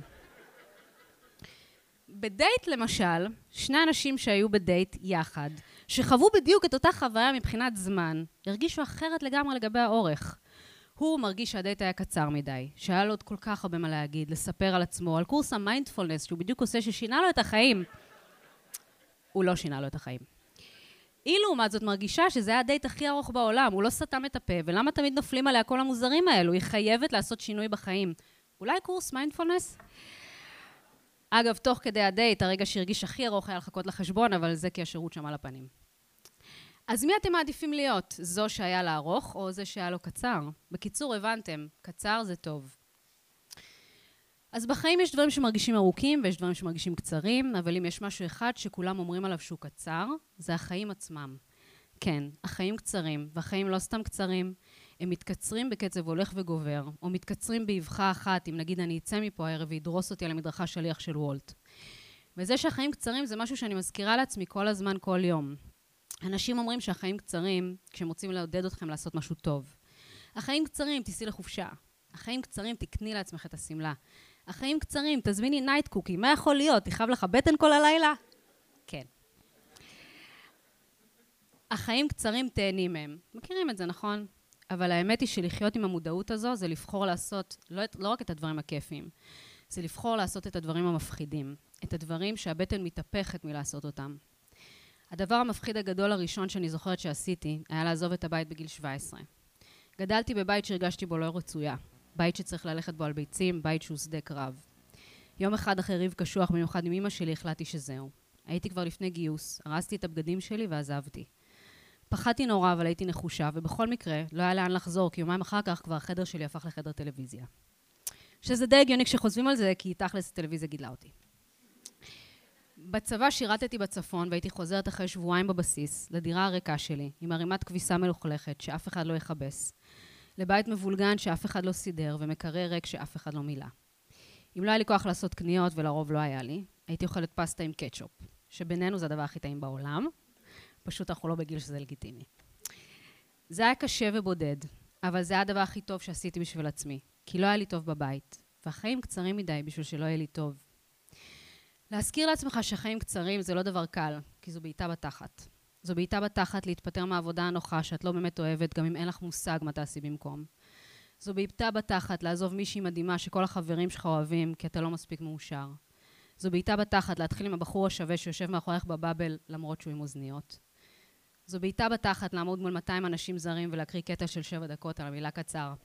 בדייט למשל, שני אנשים שהיו בדייט יחד, שחוו בדיוק את אותה חוויה מבחינת זמן, הרגישו אחרת לגמרי לגבי האורך. הוא מרגיש שהדייט היה קצר מדי, שהיה לו עוד כל כך הרבה מה להגיד, לספר על עצמו, על קורס המיינדפולנס, שהוא בדיוק עושה ששינה לו את החיים. הוא לא שינה לו את החיים. היא לעומת זאת מרגישה שזה היה הדייט הכי ארוך בעולם, הוא לא סתם את הפה, ולמה תמיד נופלים עליה כל המוזרים האלו? היא חייבת לעשות שינוי בחיים. אולי קורס מיינדפולנס? אגב, תוך כדי הדייט, הרגע שהרגיש הכי ארוך היה לחכות לחשבון, אבל זה כי השירות שם על הפנים. אז מי אתם מעדיפים להיות? זו שהיה לה ארוך או זה שהיה לו קצר? בקיצור, הבנתם, קצר זה טוב. אז בחיים יש דברים שמרגישים ארוכים ויש דברים שמרגישים קצרים, אבל אם יש משהו אחד שכולם אומרים עליו שהוא קצר, זה החיים עצמם. כן, החיים קצרים, והחיים לא סתם קצרים, הם מתקצרים בקצב הולך וגובר, או מתקצרים באבחה אחת, אם נגיד אני אצא מפה הערב וידרוס אותי על המדרכה שליח של וולט. וזה שהחיים קצרים זה משהו שאני מזכירה לעצמי כל הזמן, כל יום. אנשים אומרים שהחיים קצרים כשהם רוצים לעודד אתכם לעשות משהו טוב. החיים קצרים, תיסעי לחופשה. החיים קצרים, תקני לעצמך את הסמלה. החיים קצרים, תזמיני נייט קוקי. מה יכול להיות? תכאב לך בטן כל הלילה? כן. החיים קצרים, תהני מהם. מכירים את זה, נכון? אבל האמת היא שלחיות עם המודעות הזו זה לבחור לעשות לא, לא רק את הדברים הכיפיים, זה לבחור לעשות את הדברים המפחידים, את הדברים שהבטן מתהפכת מלעשות אותם. הדבר המפחיד הגדול הראשון שאני זוכרת שעשיתי היה לעזוב את הבית בגיל שבע עשרה. גדלתי בבית שהרגשתי בו לא רצויה. בית שצריך ללכת בו על ביצים, בית שהוא שדה קרב. יום אחד אחרי ריב קשוח במיוחד עם אמא שלי החלטתי שזהו. הייתי כבר לפני גיוס, הרסתי את הבגדים שלי ועזבתי. פחדתי נורא, אבל הייתי נחושה, ובכל מקרה לא היה לאן לחזור, כי יומיים אחר כך כבר החדר שלי הפך לחדר טלוויזיה. שזה די הגיוני כשחושבים על זה, כי תכלס הטלוויזיה גידלה אותי. בצבא שירתתי בצפון, והייתי חוזרת אחרי שבועיים בבסיס, לדירה הריקה שלי, עם ערימת כביסה מלוכלכת, שאף אחד לא יכבס. לבית מבולגן שאף אחד לא סידר, ומקרר ריק שאף אחד לא מילא. אם לא היה לי כוח לעשות קניות, ולרוב לא היה לי, הייתי אוכלת פסטה עם קטשופ, שבינינו זה הדבר הכי טעים בעולם, פשוט אנחנו לא בגיל שזה לגיטימי. זה היה קשה ובודד, אבל זה היה הדבר הכי טוב שעשיתי בשביל עצמי, כי לא היה לי טוב בבית, והחיים קצרים מדי בשביל שלא יהיה לי טוב. להזכיר לעצמך שהחיים קצרים זה לא דבר קל, כי זו בעיטה בתחת. זו בעיטה בתחת להתפטר מהעבודה הנוחה שאת לא באמת אוהבת, גם אם אין לך מושג מה תעשי במקום. זו בעיטה בתחת לעזוב מישהי מדהימה שכל החברים שלך אוהבים, כי אתה לא מספיק מאושר. זו בעיטה בתחת להתחיל עם הבחור השווה שיושב מאחוריך בבאבל למרות שהוא עם אוזניות. זו בעיטה בתחת לעמוד מול מאתיים אנשים זרים ולהקריא קטע של שבע דקות על המילה קצר.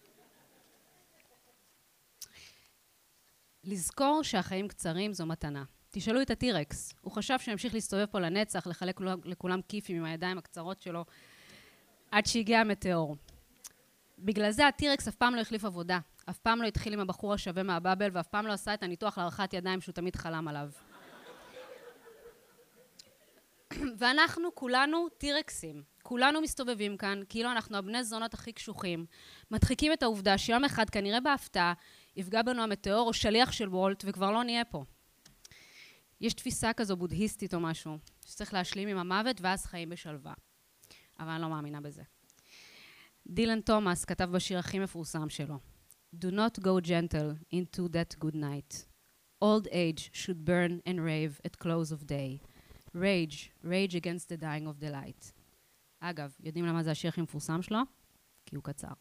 לזכור שהחיים קצרים זו מתנה. תשאלו את הטירקס. הוא חשב שימשיך להסתובב פה לנצח, לחלק לכולם כיפים עם הידיים הקצרות שלו, עד שהגיע המטאור. בגלל זה הטירקס אף פעם לא החליף עבודה. אף פעם לא התחיל עם הבחור השווה מהבאבל, ואף פעם לא עשה את הניתוח להערכת ידיים שהוא תמיד חלם עליו. ואנחנו כולנו טירקסים. כולנו מסתובבים כאן, כאילו אנחנו הבני זונות הכי קשוחים, מדחיקים את העובדה שיום אחד כנראה בהפתעה יפגע בנו המטאור או שליח של וולט וכבר לא נהיה פה. יש תפיסה כזו בודהיסטית או משהו, שצריך להשלים עם המוות ואז חיים בשלווה. אבל אני לא מאמינה בזה. דילן תומאס כתב בשיר הכי מפורסם שלו. Do not go gentle into that good night. Old age should burn and rave at close of day. Rage, rage against the dying of the light. אגב, יודעים למה זה השיר הכי מפורסם שלו? כי הוא קצר.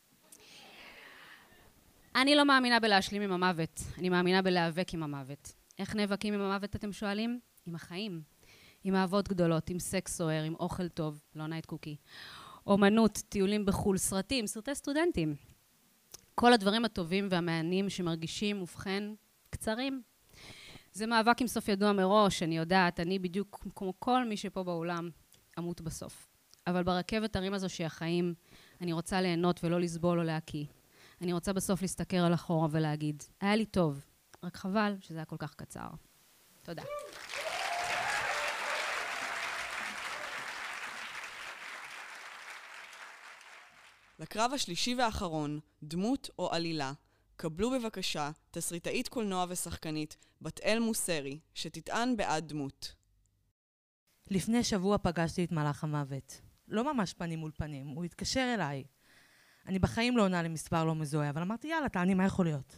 אני לא מאמינה בלהשלים עם המוות. אני מאמינה בלהיאבק עם המוות. איך נאבקים עם המוות, אתם שואלים? עם החיים. עם אהבות גדולות, עם סקס סוער, עם אוכל טוב, לא נייט קוקי. אומנות, טיולים בחול, סרטים, סרטי סטודנטים. כל הדברים הטובים והמעניינים שמרגישים, ובכן, קצרים. זה מאבק עם סוף ידוע מראש, אני יודעת, אני בדיוק כמו כל מי שפה באולם, אמות בסוף. אבל ברכבת הרים הזו שהיא החיים, אני רוצה ליהנות ולא לסבול או להקיא. אני רוצה בסוף להסתכל על אחורה ולהגיד, היה לי טוב, רק חבל שזה היה כל כך קצר. תודה. לקרב השלישי והאחרון, דמות או עלילה, קבלו בבקשה תסריטאית קולנוע ושחקנית בת אל מוסרי, שתטען בעד דמות. לפני שבוע פגשתי את מלאך המוות. לא ממש פנים מול פנים, הוא התקשר אליי. אני בחיים לא עונה למספר לא מזוהה, אבל אמרתי, יאללה, תעני, מה יכול להיות?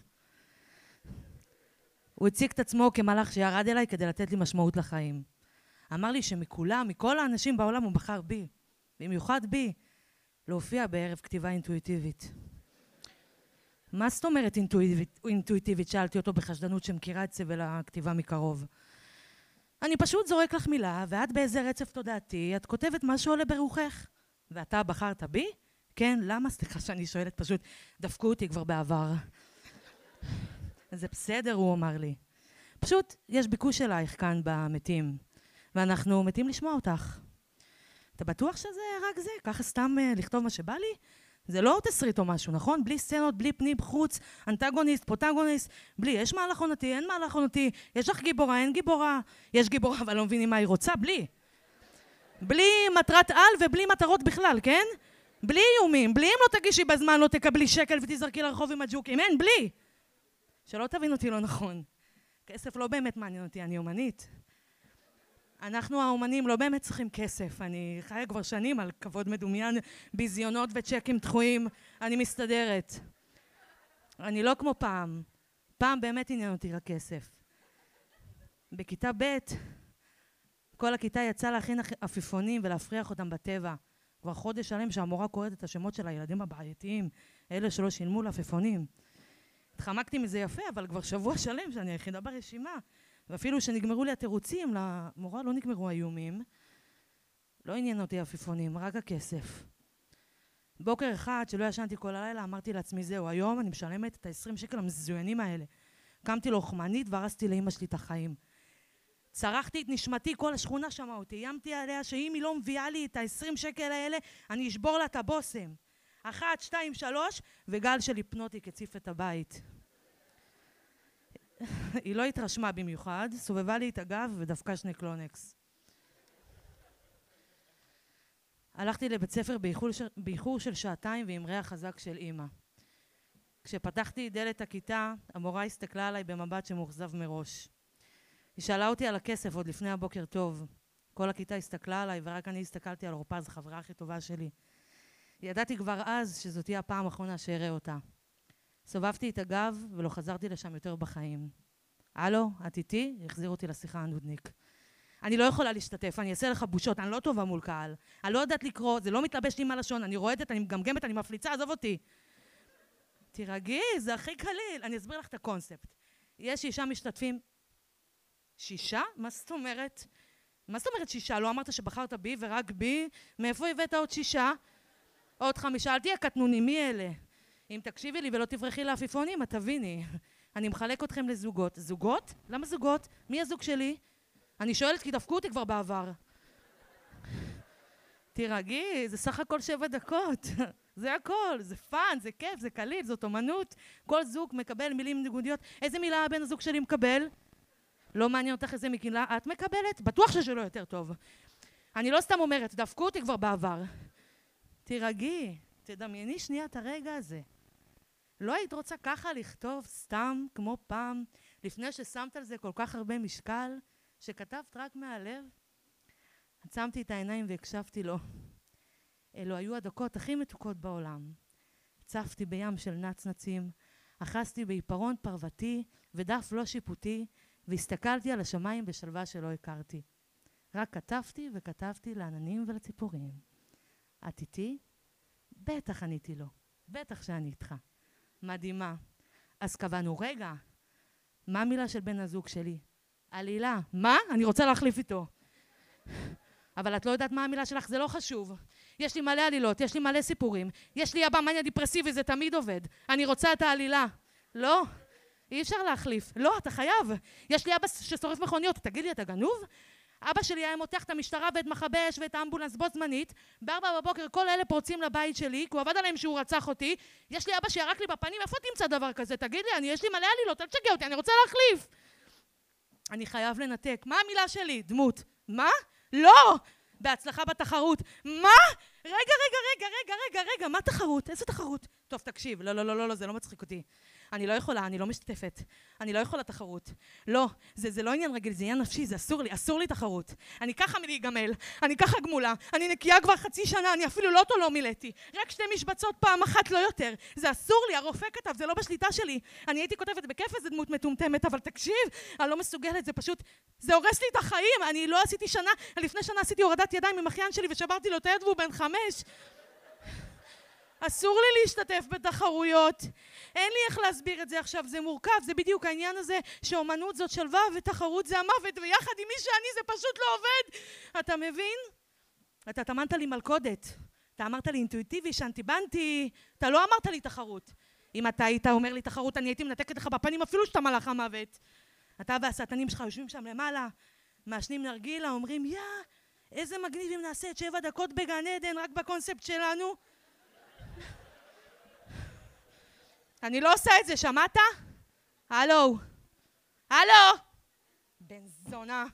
הוא הציג את עצמו כמלאך שירד אליי כדי לתת לי משמעות לחיים. אמר לי שמכולם, מכל האנשים בעולם הוא בחר בי, במיוחד בי, להופיע בערב כתיבה אינטואיטיבית. מה זאת אומרת אינטואיטיבית? אינטואיטיבית? שאלתי אותו בחשדנות שמכירה את סבל הכתיבה מקרוב. אני פשוט זורק לך מילה, ואת באיזה רצף תודעתי, את כותבת מה שעולה ברוחך. ואתה בחרת בי? כן, למה? סליחה שאני שואלת, פשוט דפקו אותי כבר בעבר. זה בסדר, הוא אמר לי. פשוט יש ביקוש אלייך כאן במתים, ואנחנו מתים לשמוע אותך. אתה בטוח שזה רק זה? ככה סתם uh, לכתוב מה שבא לי? זה לא תסריט או משהו, נכון? בלי סצנות, בלי פנים, חוץ, אנטגוניסט, פרוטגוניסט, בלי, יש מהלך עונתי, אין מהלך עונתי, יש לך גיבורה, אין גיבורה, יש גיבורה, אבל לא מבינים מה היא רוצה, בלי. בלי מטרת על ובלי מטרות בכלל, כן? בלי איומים, בלי אם לא תגישי בזמן, לא תקבלי שקל ותזרקי לרחוב עם הג'וקים, אין, בלי. שלא תבין אותי לא נכון. כסף לא באמת מעניין אותי, אני אומנית. אנחנו האומנים לא באמת צריכים כסף, אני חיה כבר שנים על כבוד מדומיין, ביזיונות וצ'קים דחויים, אני מסתדרת. אני לא כמו פעם, פעם באמת עניין אותי רק כסף. בכיתה ב' כל הכיתה יצאה להכין עפיפונים ולהפריח אותם בטבע. כבר חודש שלם שהמורה קוראת את השמות של הילדים הבעייתיים, אלה שלא שילמו לעפיפונים. התחמקתי מזה יפה, אבל כבר שבוע שלם שאני היחידה ברשימה. ואפילו שנגמרו לי התירוצים, למורה לא נגמרו האיומים. לא עניין אותי עפיפונים, רק הכסף. בוקר אחד, שלא ישנתי כל הלילה, אמרתי לעצמי, זהו, היום אני משלמת את ה-עשרים שקל המזוינים האלה. קמתי לוחמנית והרסתי לאמא שלי את החיים. צרחתי את נשמתי, כל השכונה שמעה אותי, איימתי עליה שאם היא לא מביאה לי את ה-עשרים שקל האלה, אני אשבור לה את הבוסם. אחת, שתיים, שלוש, וגל של היפנוטיק הציף את הבית. היא לא התרשמה במיוחד, סובבה לי את הגב ודפקה שני קלונקס. הלכתי לבית ספר באיחור, באיחור של שעתיים ועם ריח חזק של אמא. כשפתחתי דלת הכיתה, המורה הסתכלה עליי במבט שמאוכזב מראש. היא שאלה אותי על הכסף עוד לפני הבוקר טוב. כל הכיתה הסתכלה עליי ורק אני הסתכלתי על אורפז, החברה הכי טובה שלי. ידעתי כבר אז שזאת תהיה הפעם האחרונה שאראה אותה. סובבתי את הגב ולא חזרתי לשם יותר בחיים. הלו, את איתי? החזיר אותי לשיחה הנודניק. אני לא יכולה להשתתף, אני אעשה לך בושות, אני לא טובה מול קהל. אני לא יודעת לקרוא, זה לא מתלבש לי מהלשון, אני רועדת, אני מגמגמת, אני מפליצה, עזוב אותי. תירגעי, זה הכי קליל. אני אסביר לך את הקונספט. יש שישה משתתפים. שישה? מה זאת אומרת? מה זאת אומרת שישה? לא אמרת שבחרת בי ורק בי? מאיפה הבאת עוד שישה? עוד חמישה? אל תהיה קטנוני, מי אלה? אם תקשיבי לי ולא תברחי לעפיפונים, את תביני. אני מחלק אתכם לזוגות. זוגות? למה זוגות? מי הזוג שלי? אני שואלת כי דפקו אותי כבר בעבר. תירגעי, זה סך הכל שבע דקות. זה הכל, זה פאן, זה כיף, זה קליל, זאת אומנות. כל זוג מקבל מילים ניגודיות. איזה מילה הבן הזוג שלי מקבל? לא מעניין אותך איזה מילה את מקבלת? בטוח ששלו יותר טוב. אני לא סתם אומרת, דפקו אותי כבר בעבר. תירגעי, תדמייני שנייה את הרגע הזה. לא היית רוצה ככה לכתוב סתם כמו פעם, לפני ששמת על זה כל כך הרבה משקל, שכתבת רק מהלב? עצמתי את העיניים והקשבתי לו. אלו היו הדקות הכי מתוקות בעולם. צפתי בים של נצנצים, אחזתי בעיפרון פרוותי ודף לא שיפוטי, והסתכלתי על השמיים בשלווה שלא הכרתי. רק כתבתי וכתבתי לעננים ולציפורים. את איתי? בטח עניתי לו. בטח שאני איתך. מדהימה. אז קבענו, רגע, מה המילה של בן הזוג שלי? עלילה. מה? אני רוצה להחליף איתו. אבל את לא יודעת מה המילה שלך, זה לא חשוב. יש לי מלא עלילות, יש לי מלא סיפורים. יש לי אבא מניה דיפרסיבי, זה תמיד עובד. אני רוצה את העלילה. לא, אי אפשר להחליף. לא, אתה חייב. יש לי אבא ששורף מכוניות, תגיד לי, אתה גנוב? אבא שלי היה מותח את המשטרה ואת מכבי אש ואת האמבולנס בו זמנית. בארבע בבוקר כל אלה פורצים לבית שלי, כי הוא עבד עליהם שהוא רצח אותי. יש לי אבא שירק לי בפנים, איפה תמצא דבר כזה? תגיד לי, אני, יש לי מלא עלילות, אל תשגע אותי, אני רוצה להחליף. אני חייב לנתק. מה המילה שלי? דמות. מה? לא! בהצלחה בתחרות. מה? רגע, רגע, רגע, רגע, רגע, רגע, מה תחרות? איזה תחרות? טוב, תקשיב, לא, לא, לא, לא, לא, זה לא מצחיק אותי. אני לא יכולה, אני לא משתתפת. אני לא יכולה תחרות. לא, זה, זה לא עניין רגיל, זה עניין נפשי, זה אסור לי, אסור לי תחרות. אני ככה מלהיגמל, אני ככה גמולה, אני נקייה כבר חצי שנה, אני אפילו לוטו לא מילאתי. רק שתי משבצות פעם אחת, לא יותר. זה אסור לי, הרופא כתב, זה לא בשליטה שלי. אני הייתי כותבת בכיף איזה דמות מטומטמת, אבל תקשיב, אני לא מסוגלת, זה פשוט, זה הורס לי את החיים. אני לא עשיתי שנה, לפני שנה עשיתי הורדת ידיים עם אחיין שלי ושברתי לו את היד והוא בן חמש. אסור לי להשתתף בתחרויות. אין לי איך להסביר את זה עכשיו, זה מורכב, זה בדיוק העניין הזה שאומנות זאת שלווה ותחרות זה המוות, ויחד עם מי שאני זה פשוט לא עובד. אתה מבין? אתה טמנת לי מלכודת. אתה אמרת לי אינטואיטיבי, שאנטיבנתי, אתה לא אמרת לי תחרות. אם אתה היית אומר לי תחרות, אני הייתי מנתקת לך בפנים אפילו שאתה מלאך המוות. אתה והסטנים שלך יושבים שם למעלה, מעשנים נרגילה, אומרים, יא, איזה מגניב אם נעשה את שבע דקות בגן עדן רק בקונספט שלנו. אני לא עושה את זה, שמעת? הלו? הלו? בן זונה.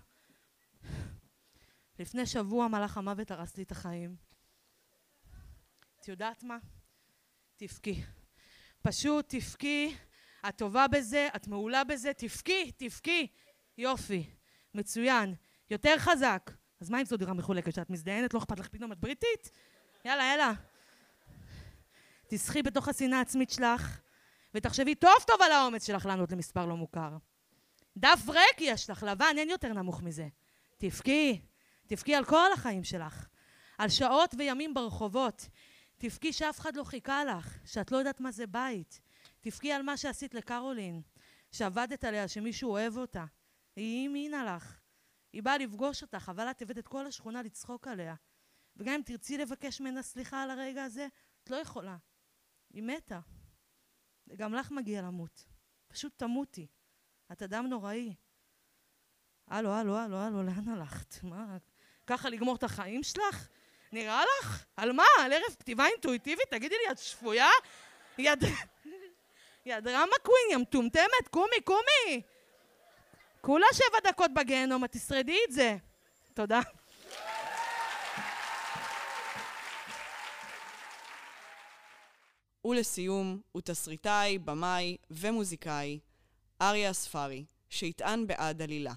לפני שבוע מלאך המוות הרס לי את החיים. את יודעת מה? תפקי. פשוט תפקי. את טובה בזה, את מעולה בזה, תפקי, תפקי. יופי. מצוין. יותר חזק. אז מה אם זו דירה מחולקת? שאת מזדיינת, לא אכפת לך פתאום, את בריטית? יאללה, יאללה. תשחי בתוך השנאה העצמית שלך, ותחשבי טוב טוב על האומץ שלך לענות למספר לא מוכר. דף ריק יש לך, לבן, אין יותר נמוך מזה. תפקי, תפקי על כל החיים שלך. על שעות וימים ברחובות. תפקי שאף אחד לא חיכה לך, שאת לא יודעת מה זה בית. תפקי על מה שעשית לקרולין, שעבדת עליה, שמישהו אוהב אותה. היא האמינה לך. היא באה לפגוש אותך, אבל את הבאת את כל השכונה לצחוק עליה. וגם אם תרצי לבקש ממנה סליחה על הרגע הזה, את לא יכולה. היא מתה. גם לך מגיע למות. פשוט תמותי. את אדם נוראי. הלו, הלו, הלו, הלו, לאן הלכת? מה? ככה לגמור את החיים שלך? נראה לך? על מה? על ערב כתיבה אינטואיטיבית? תגידי לי, את שפויה? יד... יד רמה קווין, יא מטומטמת, קומי, קומי! כולה שבע דקות בגיהנום, את תשרדי את זה. תודה. ולסיום, הוא תסריטאי, במאי ומוזיקאי, אריה אספרי, שיטען בעד עלילה.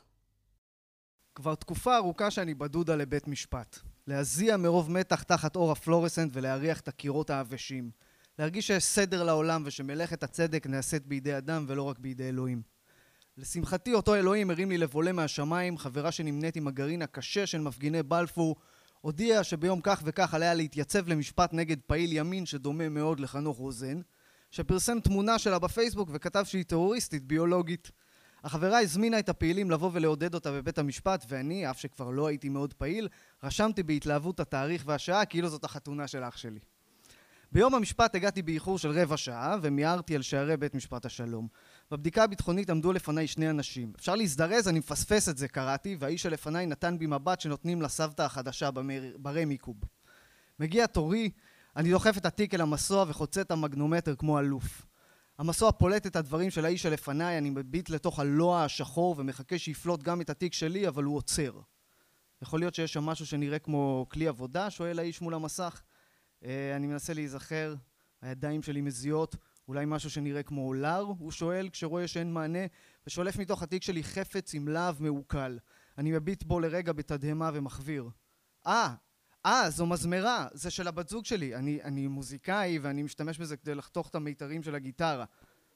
כבר תקופה ארוכה שאני בדודה לבית משפט. להזיע מרוב מתח תחת אור הפלורסנט ולהריח את הקירות העבשים. להרגיש שיש סדר לעולם ושמלאכת הצדק נעשית בידי אדם ולא רק בידי אלוהים. לשמחתי אותו אלוהים הרים לי לבולה מהשמיים, חברה שנמנית עם הגרעין הקשה של מפגיני בלפור, הודיע שביום כך וכך עליה להתייצב למשפט נגד פעיל ימין שדומה מאוד לחנוך רוזן, שפרסם תמונה שלה בפייסבוק וכתב שהיא טרוריסטית ביולוגית. החברה הזמינה את הפעילים לבוא ולעודד אותה בבית המשפט, ואני, אף שכבר לא הייתי מאוד פעיל, רשמתי בהתלהבות התאריך והשעה כאילו זאת החתונה של אח שלי. ביום המשפט הגעתי באיחור של רבע שעה ומיהרתי על שערי בית משפט השלום. בבדיקה הביטחונית עמדו לפניי שני אנשים. אפשר להזדרז, אני מפספס את זה, קראתי, והאיש שלפניי נתן בי מבט שנותנים לסבתא החדשה ברמיקוב. מגיע תורי, אני דוחף את התיק אל המסוע וחוצה את המגנומטר כמו אלוף. המסוע פולט את הדברים של האיש שלפניי, אני מביט לתוך הלוע השחור ומחכה שיפלוט גם את התיק שלי, אבל הוא עוצר. יכול להיות שיש שם משהו שנראה כמו כלי עבודה, שואל האיש מול המסך. אני מנסה להיזכר, הידיים שלי מזיעות, אולי משהו שנראה כמו אולר, הוא שואל כשרואה שאין מענה, ושולף מתוך התיק שלי חפץ עם להב מעוקל. אני מביט בו לרגע בתדהמה ומחביר. אה, אה, זו מזמרה, זה של הבת זוג שלי. אני, אני מוזיקאי ואני משתמש בזה כדי לחתוך את המיתרים של הגיטרה.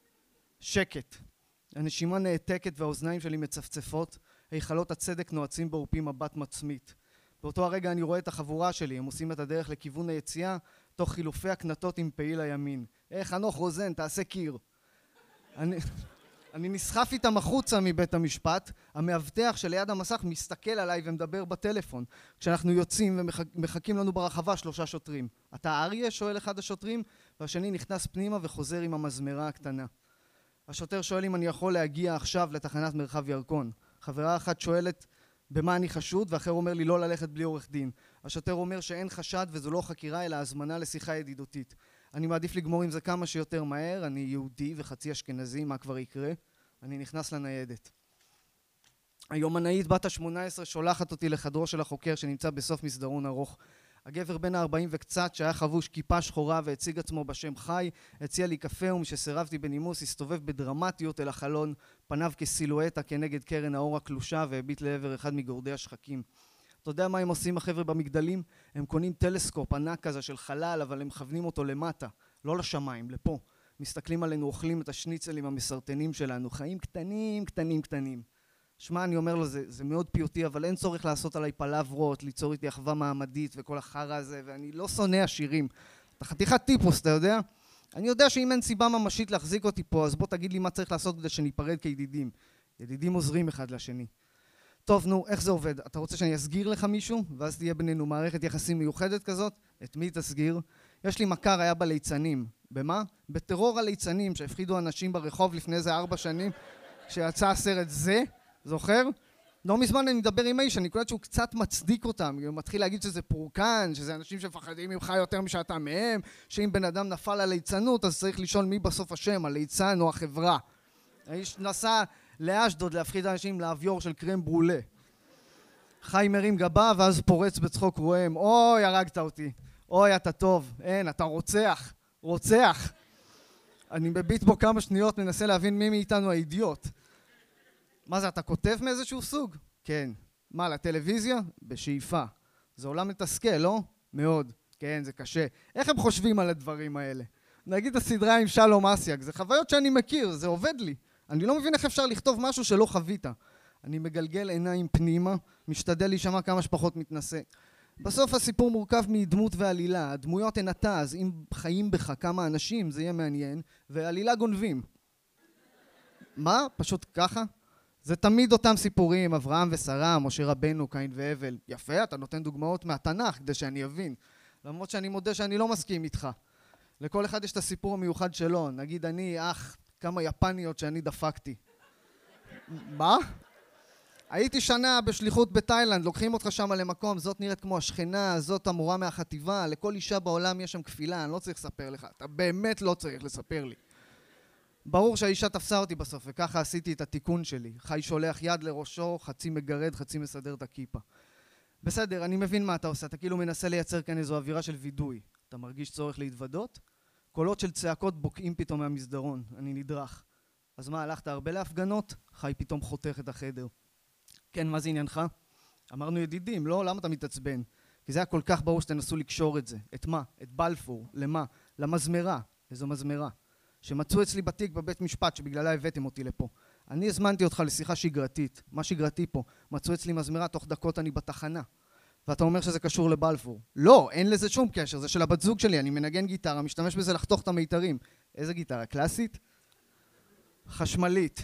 שקט. הנשימה נעתקת והאוזניים שלי מצפצפות, היכלות הצדק נועצים בעורפי מבט מצמית. באותו הרגע אני רואה את החבורה שלי, הם עושים את הדרך לכיוון היציאה, תוך חילופי הקנטות עם פעיל הימין. אה, חנוך רוזן, תעשה קיר. אני, אני נסחף איתם החוצה מבית המשפט, המאבטח שליד המסך מסתכל עליי ומדבר בטלפון. כשאנחנו יוצאים ומחכים לנו ברחבה שלושה שוטרים. אתה אריה? שואל אחד השוטרים, והשני נכנס פנימה וחוזר עם המזמרה הקטנה. השוטר שואל אם אני יכול להגיע עכשיו לתחנת מרחב ירקון. חברה אחת שואלת במה אני חשוד, ואחר אומר לי לא ללכת בלי עורך דין. השוטר אומר שאין חשד וזו לא חקירה אלא הזמנה לשיחה ידידותית. אני מעדיף לגמור עם זה כמה שיותר מהר, אני יהודי וחצי אשכנזי, מה כבר יקרה? אני נכנס לניידת. היומנאית בת ה-שמונה עשרה שולחת אותי לחדרו של החוקר שנמצא בסוף מסדרון ארוך. הגבר בן ה-ארבעים וקצת שהיה חבוש כיפה שחורה והציג עצמו בשם חי, הציע לי קפה ומשסרבתי בנימוס הסתובב בדרמטיות אל החלון, פניו כסילואטה כנגד קרן האור הקלושה והביט לעבר אחד מגורדי השחקים. אתה יודע מה הם עושים החבר'ה במגדלים? הם קונים טלסקופ ענק כזה של חלל, אבל הם מכוונים אותו למטה, לא לשמיים, לפה. מסתכלים עלינו, אוכלים את השניצלים המסרטנים שלנו, חיים קטנים, קטנים, קטנים. שמע, אני אומר לו, זה, זה מאוד פיוטי, אבל אין צורך לעשות עליי פלברות, ליצור איתי אחווה מעמדית וכל החרא הזה, ואני לא שונא עשירים. אתה חתיכת טיפוס, אתה יודע? אני יודע שאם אין סיבה ממשית להחזיק אותי פה, אז בוא תגיד לי מה צריך לעשות כדי שניפרד כידידים. ידידים עוזרים אחד לשני. טוב, נו, איך זה עובד? אתה רוצה שאני אסגיר לך מישהו? ואז תהיה בינינו מערכת יחסים מיוחדת כזאת? את מי תסגיר? יש לי מכר, היה בליצנים. במה? בטרור הליצנים שהפחידו אנשים ברחוב לפני איזה ארבע שנים, כשיצא הסרט זה. זוכר? לא מזמן אני מדבר עם איש, אני קולט שהוא קצת מצדיק אותם, הוא מתחיל להגיד שזה פורקן, שזה אנשים שמפחדים ממך יותר משאתה מהם, שאם בן אדם נפל על ליצנות, אז צריך לשאול מי בסוף השם, הליצן או החברה. האיש נסע לאשדוד להפחיד אנשים לאביור של קרם ברולה. חי מרים גבה ואז פורץ בצחוק רועם, אוי, הרגת אותי, אוי, אתה טוב, אין, אתה רוצח, רוצח. אני מביט בו כמה שניות, מנסה להבין מי מאיתנו האידיוט. מה זה, אתה כותב מאיזשהו סוג? כן. מה, לטלוויזיה? בשאיפה. זה עולם מתסכל, לא? מאוד. כן, זה קשה. איך הם חושבים על הדברים האלה? נגיד הסדרה עם שלום אסיאג, זה חוויות שאני מכיר, זה עובד לי. אני לא מבין איך אפשר לכתוב משהו שלא חווית. אני מגלגל עיניים פנימה, משתדל להישמע כמה שפחות מתנשא. בסוף הסיפור מורכב מדמות ועלילה. הדמויות הן אתה, אז אם חיים בך כמה אנשים, זה יהיה מעניין, ועלילה גונבים. מה? פשוט ככה? זה תמיד אותם סיפורים, אברהם ושרה, משה רבנו, קין והבל. יפה, אתה נותן דוגמאות מהתנ"ך כדי שאני אבין. למרות שאני מודה שאני לא מסכים איתך. לכל אחד יש את הסיפור המיוחד שלו. נגיד אני, אח, כמה יפניות שאני דפקתי. מה? הייתי שנה בשליחות בתאילנד, לוקחים אותך שם למקום, זאת נראית כמו השכנה, זאת המורה מהחטיבה, לכל אישה בעולם יש שם כפילה, אני לא צריך לספר לך, אתה באמת לא צריך לספר לי. ברור שהאישה תפסה אותי בסוף, וככה עשיתי את התיקון שלי. חי שולח יד לראשו, חצי מגרד, חצי מסדר את הכיפה. בסדר, אני מבין מה אתה עושה, אתה כאילו מנסה לייצר כאן איזו אווירה של וידוי. אתה מרגיש צורך להתוודות? קולות של צעקות בוקעים פתאום מהמסדרון, אני נדרך. אז מה, הלכת הרבה להפגנות? חי פתאום חותך את החדר. כן, מה זה עניינך? אמרנו ידידים, לא? למה אתה מתעצבן? כי זה היה כל כך ברור שתנסו לקשור את זה. את מה? את בלפור. למה? למזמרה. איזו מזמרה. שמצאו אצלי בתיק בבית משפט שבגללה הבאתם אותי לפה. אני הזמנתי אותך לשיחה שגרתית. מה שגרתי פה? מצאו אצלי מזמרה, תוך דקות אני בתחנה. ואתה אומר שזה קשור לבלפור. לא, אין לזה שום קשר, זה של הבת זוג שלי, אני מנגן גיטרה, משתמש בזה לחתוך את המיתרים. איזה גיטרה? קלאסית? חשמלית.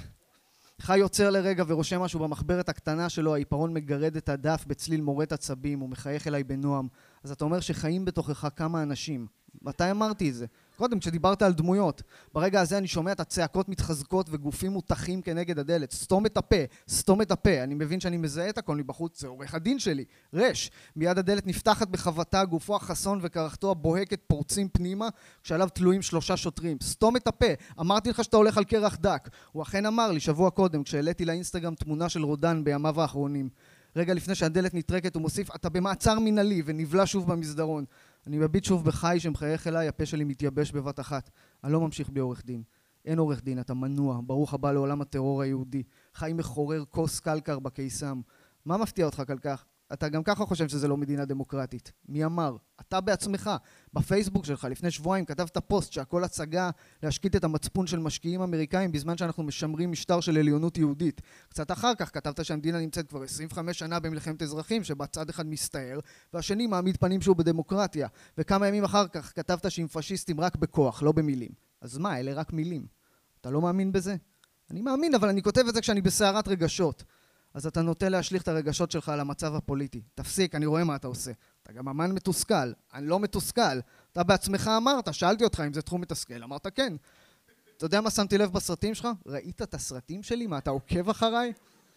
חי יוצר לרגע ורושם משהו במחברת הקטנה שלו, העיפרון מגרד את הדף בצליל מורט עצבים, הוא מחייך אליי בנועם. אז אתה אומר שחיים בתוכך כמה אנשים. מתי אמרתי את זה? קודם, כשדיברת על דמויות. ברגע הזה אני שומע את הצעקות מתחזקות וגופים מותחים כנגד הדלת. סתום את הפה, סתום את הפה. אני מבין שאני מזהה את הכל מבחוץ, זה עורך הדין שלי. רש. מיד הדלת נפתחת בחבטה, גופו החסון וקרחתו הבוהקת פורצים פנימה, כשעליו תלויים שלושה שוטרים. סתום את הפה. אמרתי לך שאתה הולך על קרח דק. הוא אכן אמר לי שבוע קודם, כשהעליתי לאינסטגרם תמונה של רודן בימיו האחרונים. רגע לפני שהדלת נטרקת הוא מוסיף, אתה במעצר מנהלי, ונבלע שוב במסדרון. אני מביט שוב בחי שמחייך אליי, הפה שלי מתייבש בבת אחת. אני לא ממשיך בלי עורך דין. אין עורך דין, אתה מנוע, ברוך הבא לעולם הטרור היהודי. חי מחורר כוס קלקר בקיסם. מה מפתיע אותך כל כך? אתה גם ככה חושב שזה לא מדינה דמוקרטית. מי אמר? אתה בעצמך, בפייסבוק שלך, לפני שבועיים כתבת פוסט שהכל הצגה להשקיט את המצפון של משקיעים אמריקאים בזמן שאנחנו משמרים משטר של עליונות יהודית. קצת אחר כך כתבת שהמדינה נמצאת כבר עשרים וחמש שנה במלחמת אזרחים, שבה צד אחד מסתער, והשני מעמיד פנים שהוא בדמוקרטיה. וכמה ימים אחר כך כתבת שעם פשיסטים רק בכוח, לא במילים. אז מה, אלה רק מילים. אתה לא מאמין בזה? אני מאמין, אבל אני כותב את זה כשאני בסערת רגשות. אז אתה נוטה להשליך את הרגשות שלך על המצב הפוליטי. תפסיק, אני רואה מה אתה עושה. אתה גם אמן מתוסכל. אני לא מתוסכל. אתה בעצמך אמרת, שאלתי אותך אם זה תחום מתסכל. אמרת כן. אתה יודע מה שמתי לב בסרטים שלך? ראית את הסרטים שלי? מה, אתה עוקב אחריי?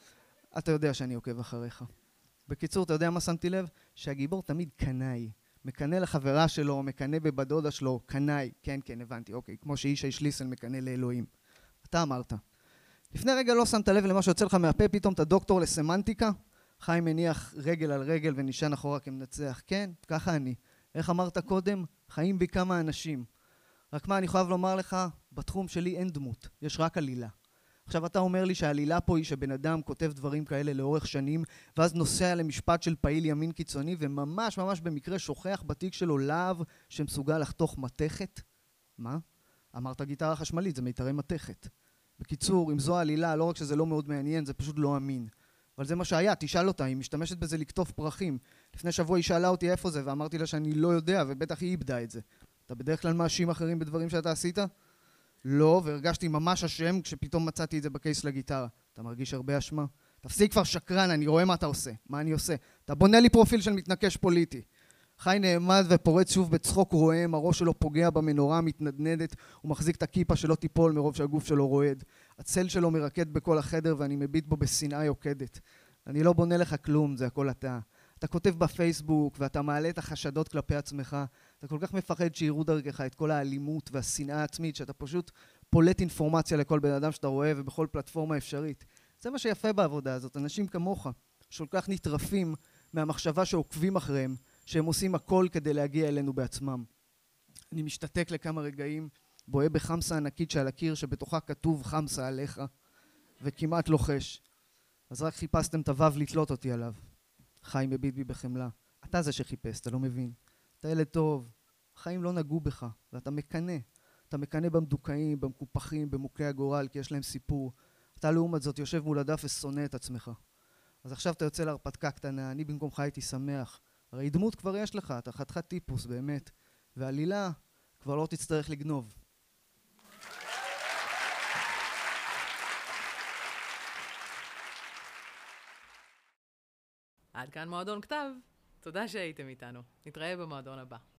אתה יודע שאני עוקב אחריך. בקיצור, אתה יודע מה שמתי לב? שהגיבור תמיד קנאי. מקנה לחברה שלו, מקנה בבדודה שלו, קנאי. כן, כן, הבנתי, אוקיי. כמו שאיש הישליסל מקנה לאלוהים. אתה אמרת. לפני רגע לא שמת לב למה שיוצא לך מהפה, פתאום אתה דוקטור לסמנטיקה? חיים מניח רגל על רגל ונשען אחורה כמנצח. כן, ככה אני. איך אמרת קודם? חיים בי כמה אנשים. רק מה, אני חייב לומר לך, בתחום שלי אין דמות, יש רק עלילה. עכשיו אתה אומר לי שהעלילה פה היא שבן אדם כותב דברים כאלה לאורך שנים, ואז נוסע למשפט של פעיל ימין קיצוני, וממש ממש במקרה שוכח בתיק שלו להב שמסוגל לחתוך מתכת? מה? אמרת גיטרה חשמלית, זה מיתרי מתכת. בקיצור, אם זו העלילה, לא רק שזה לא מאוד מעניין, זה פשוט לא אמין. אבל זה מה שהיה, תשאל אותה, היא משתמשת בזה לקטוף פרחים. לפני שבוע היא שאלה אותי איפה זה, ואמרתי לה שאני לא יודע, ובטח היא איבדה את זה. אתה בדרך כלל מאשים אחרים בדברים שאתה עשית? לא, והרגשתי ממש אשם כשפתאום מצאתי את זה בקייס לגיטרה. אתה מרגיש הרבה אשמה? תפסיק כבר שקרן, אני רואה מה אתה עושה. מה אני עושה? אתה בונה לי פרופיל של מתנקש פוליטי. חי נעמד ופורץ שוב בצחוק רועם, הראש שלו פוגע במנורה המתנדנדת, הוא מחזיק את הכיפה שלא תיפול מרוב שהגוף שלו רועד. הצל שלו מרקד בכל החדר ואני מביט בו בשנאה יוקדת. אני לא בונה לך כלום, זה הכל אתה. אתה כותב בפייסבוק ואתה מעלה את החשדות כלפי עצמך. אתה כל כך מפחד שיראו דרכך את כל האלימות והשנאה העצמית, שאתה פשוט פולט אינפורמציה לכל בן אדם שאתה רואה ובכל פלטפורמה אפשרית. זה מה שיפה בעבודה הזאת, אנשים כמוך, שכל כך נטרפים מהמחשבה שעוקבים אחריהם, שהם עושים הכל כדי להגיע אלינו בעצמם. אני משתתק לכמה רגעים, בוהה בחמסה ענקית שעל הקיר שבתוכה כתוב חמסה עליך, וכמעט לוחש. אז רק חיפשתם את הוו לתלות אותי עליו. חיים מביט בי בחמלה. אתה זה שחיפש, אתה לא מבין. אתה ילד טוב, החיים לא נגעו בך, ואתה מקנה. אתה מקנה במדוכאים, במקופחים, במוכי הגורל, כי יש להם סיפור. אתה לעומת זאת יושב מול הדף ושונא את עצמך. אז עכשיו אתה יוצא להרפתקה קטנה, אני במקומך הייתי שמח. הרי דמות כבר יש לך, אתה חתיכת טיפוס באמת, ועלילה כבר לא תצטרך לגנוב. עד כאן מועדון כתב. תודה שהייתם איתנו. נתראה במועדון הבא.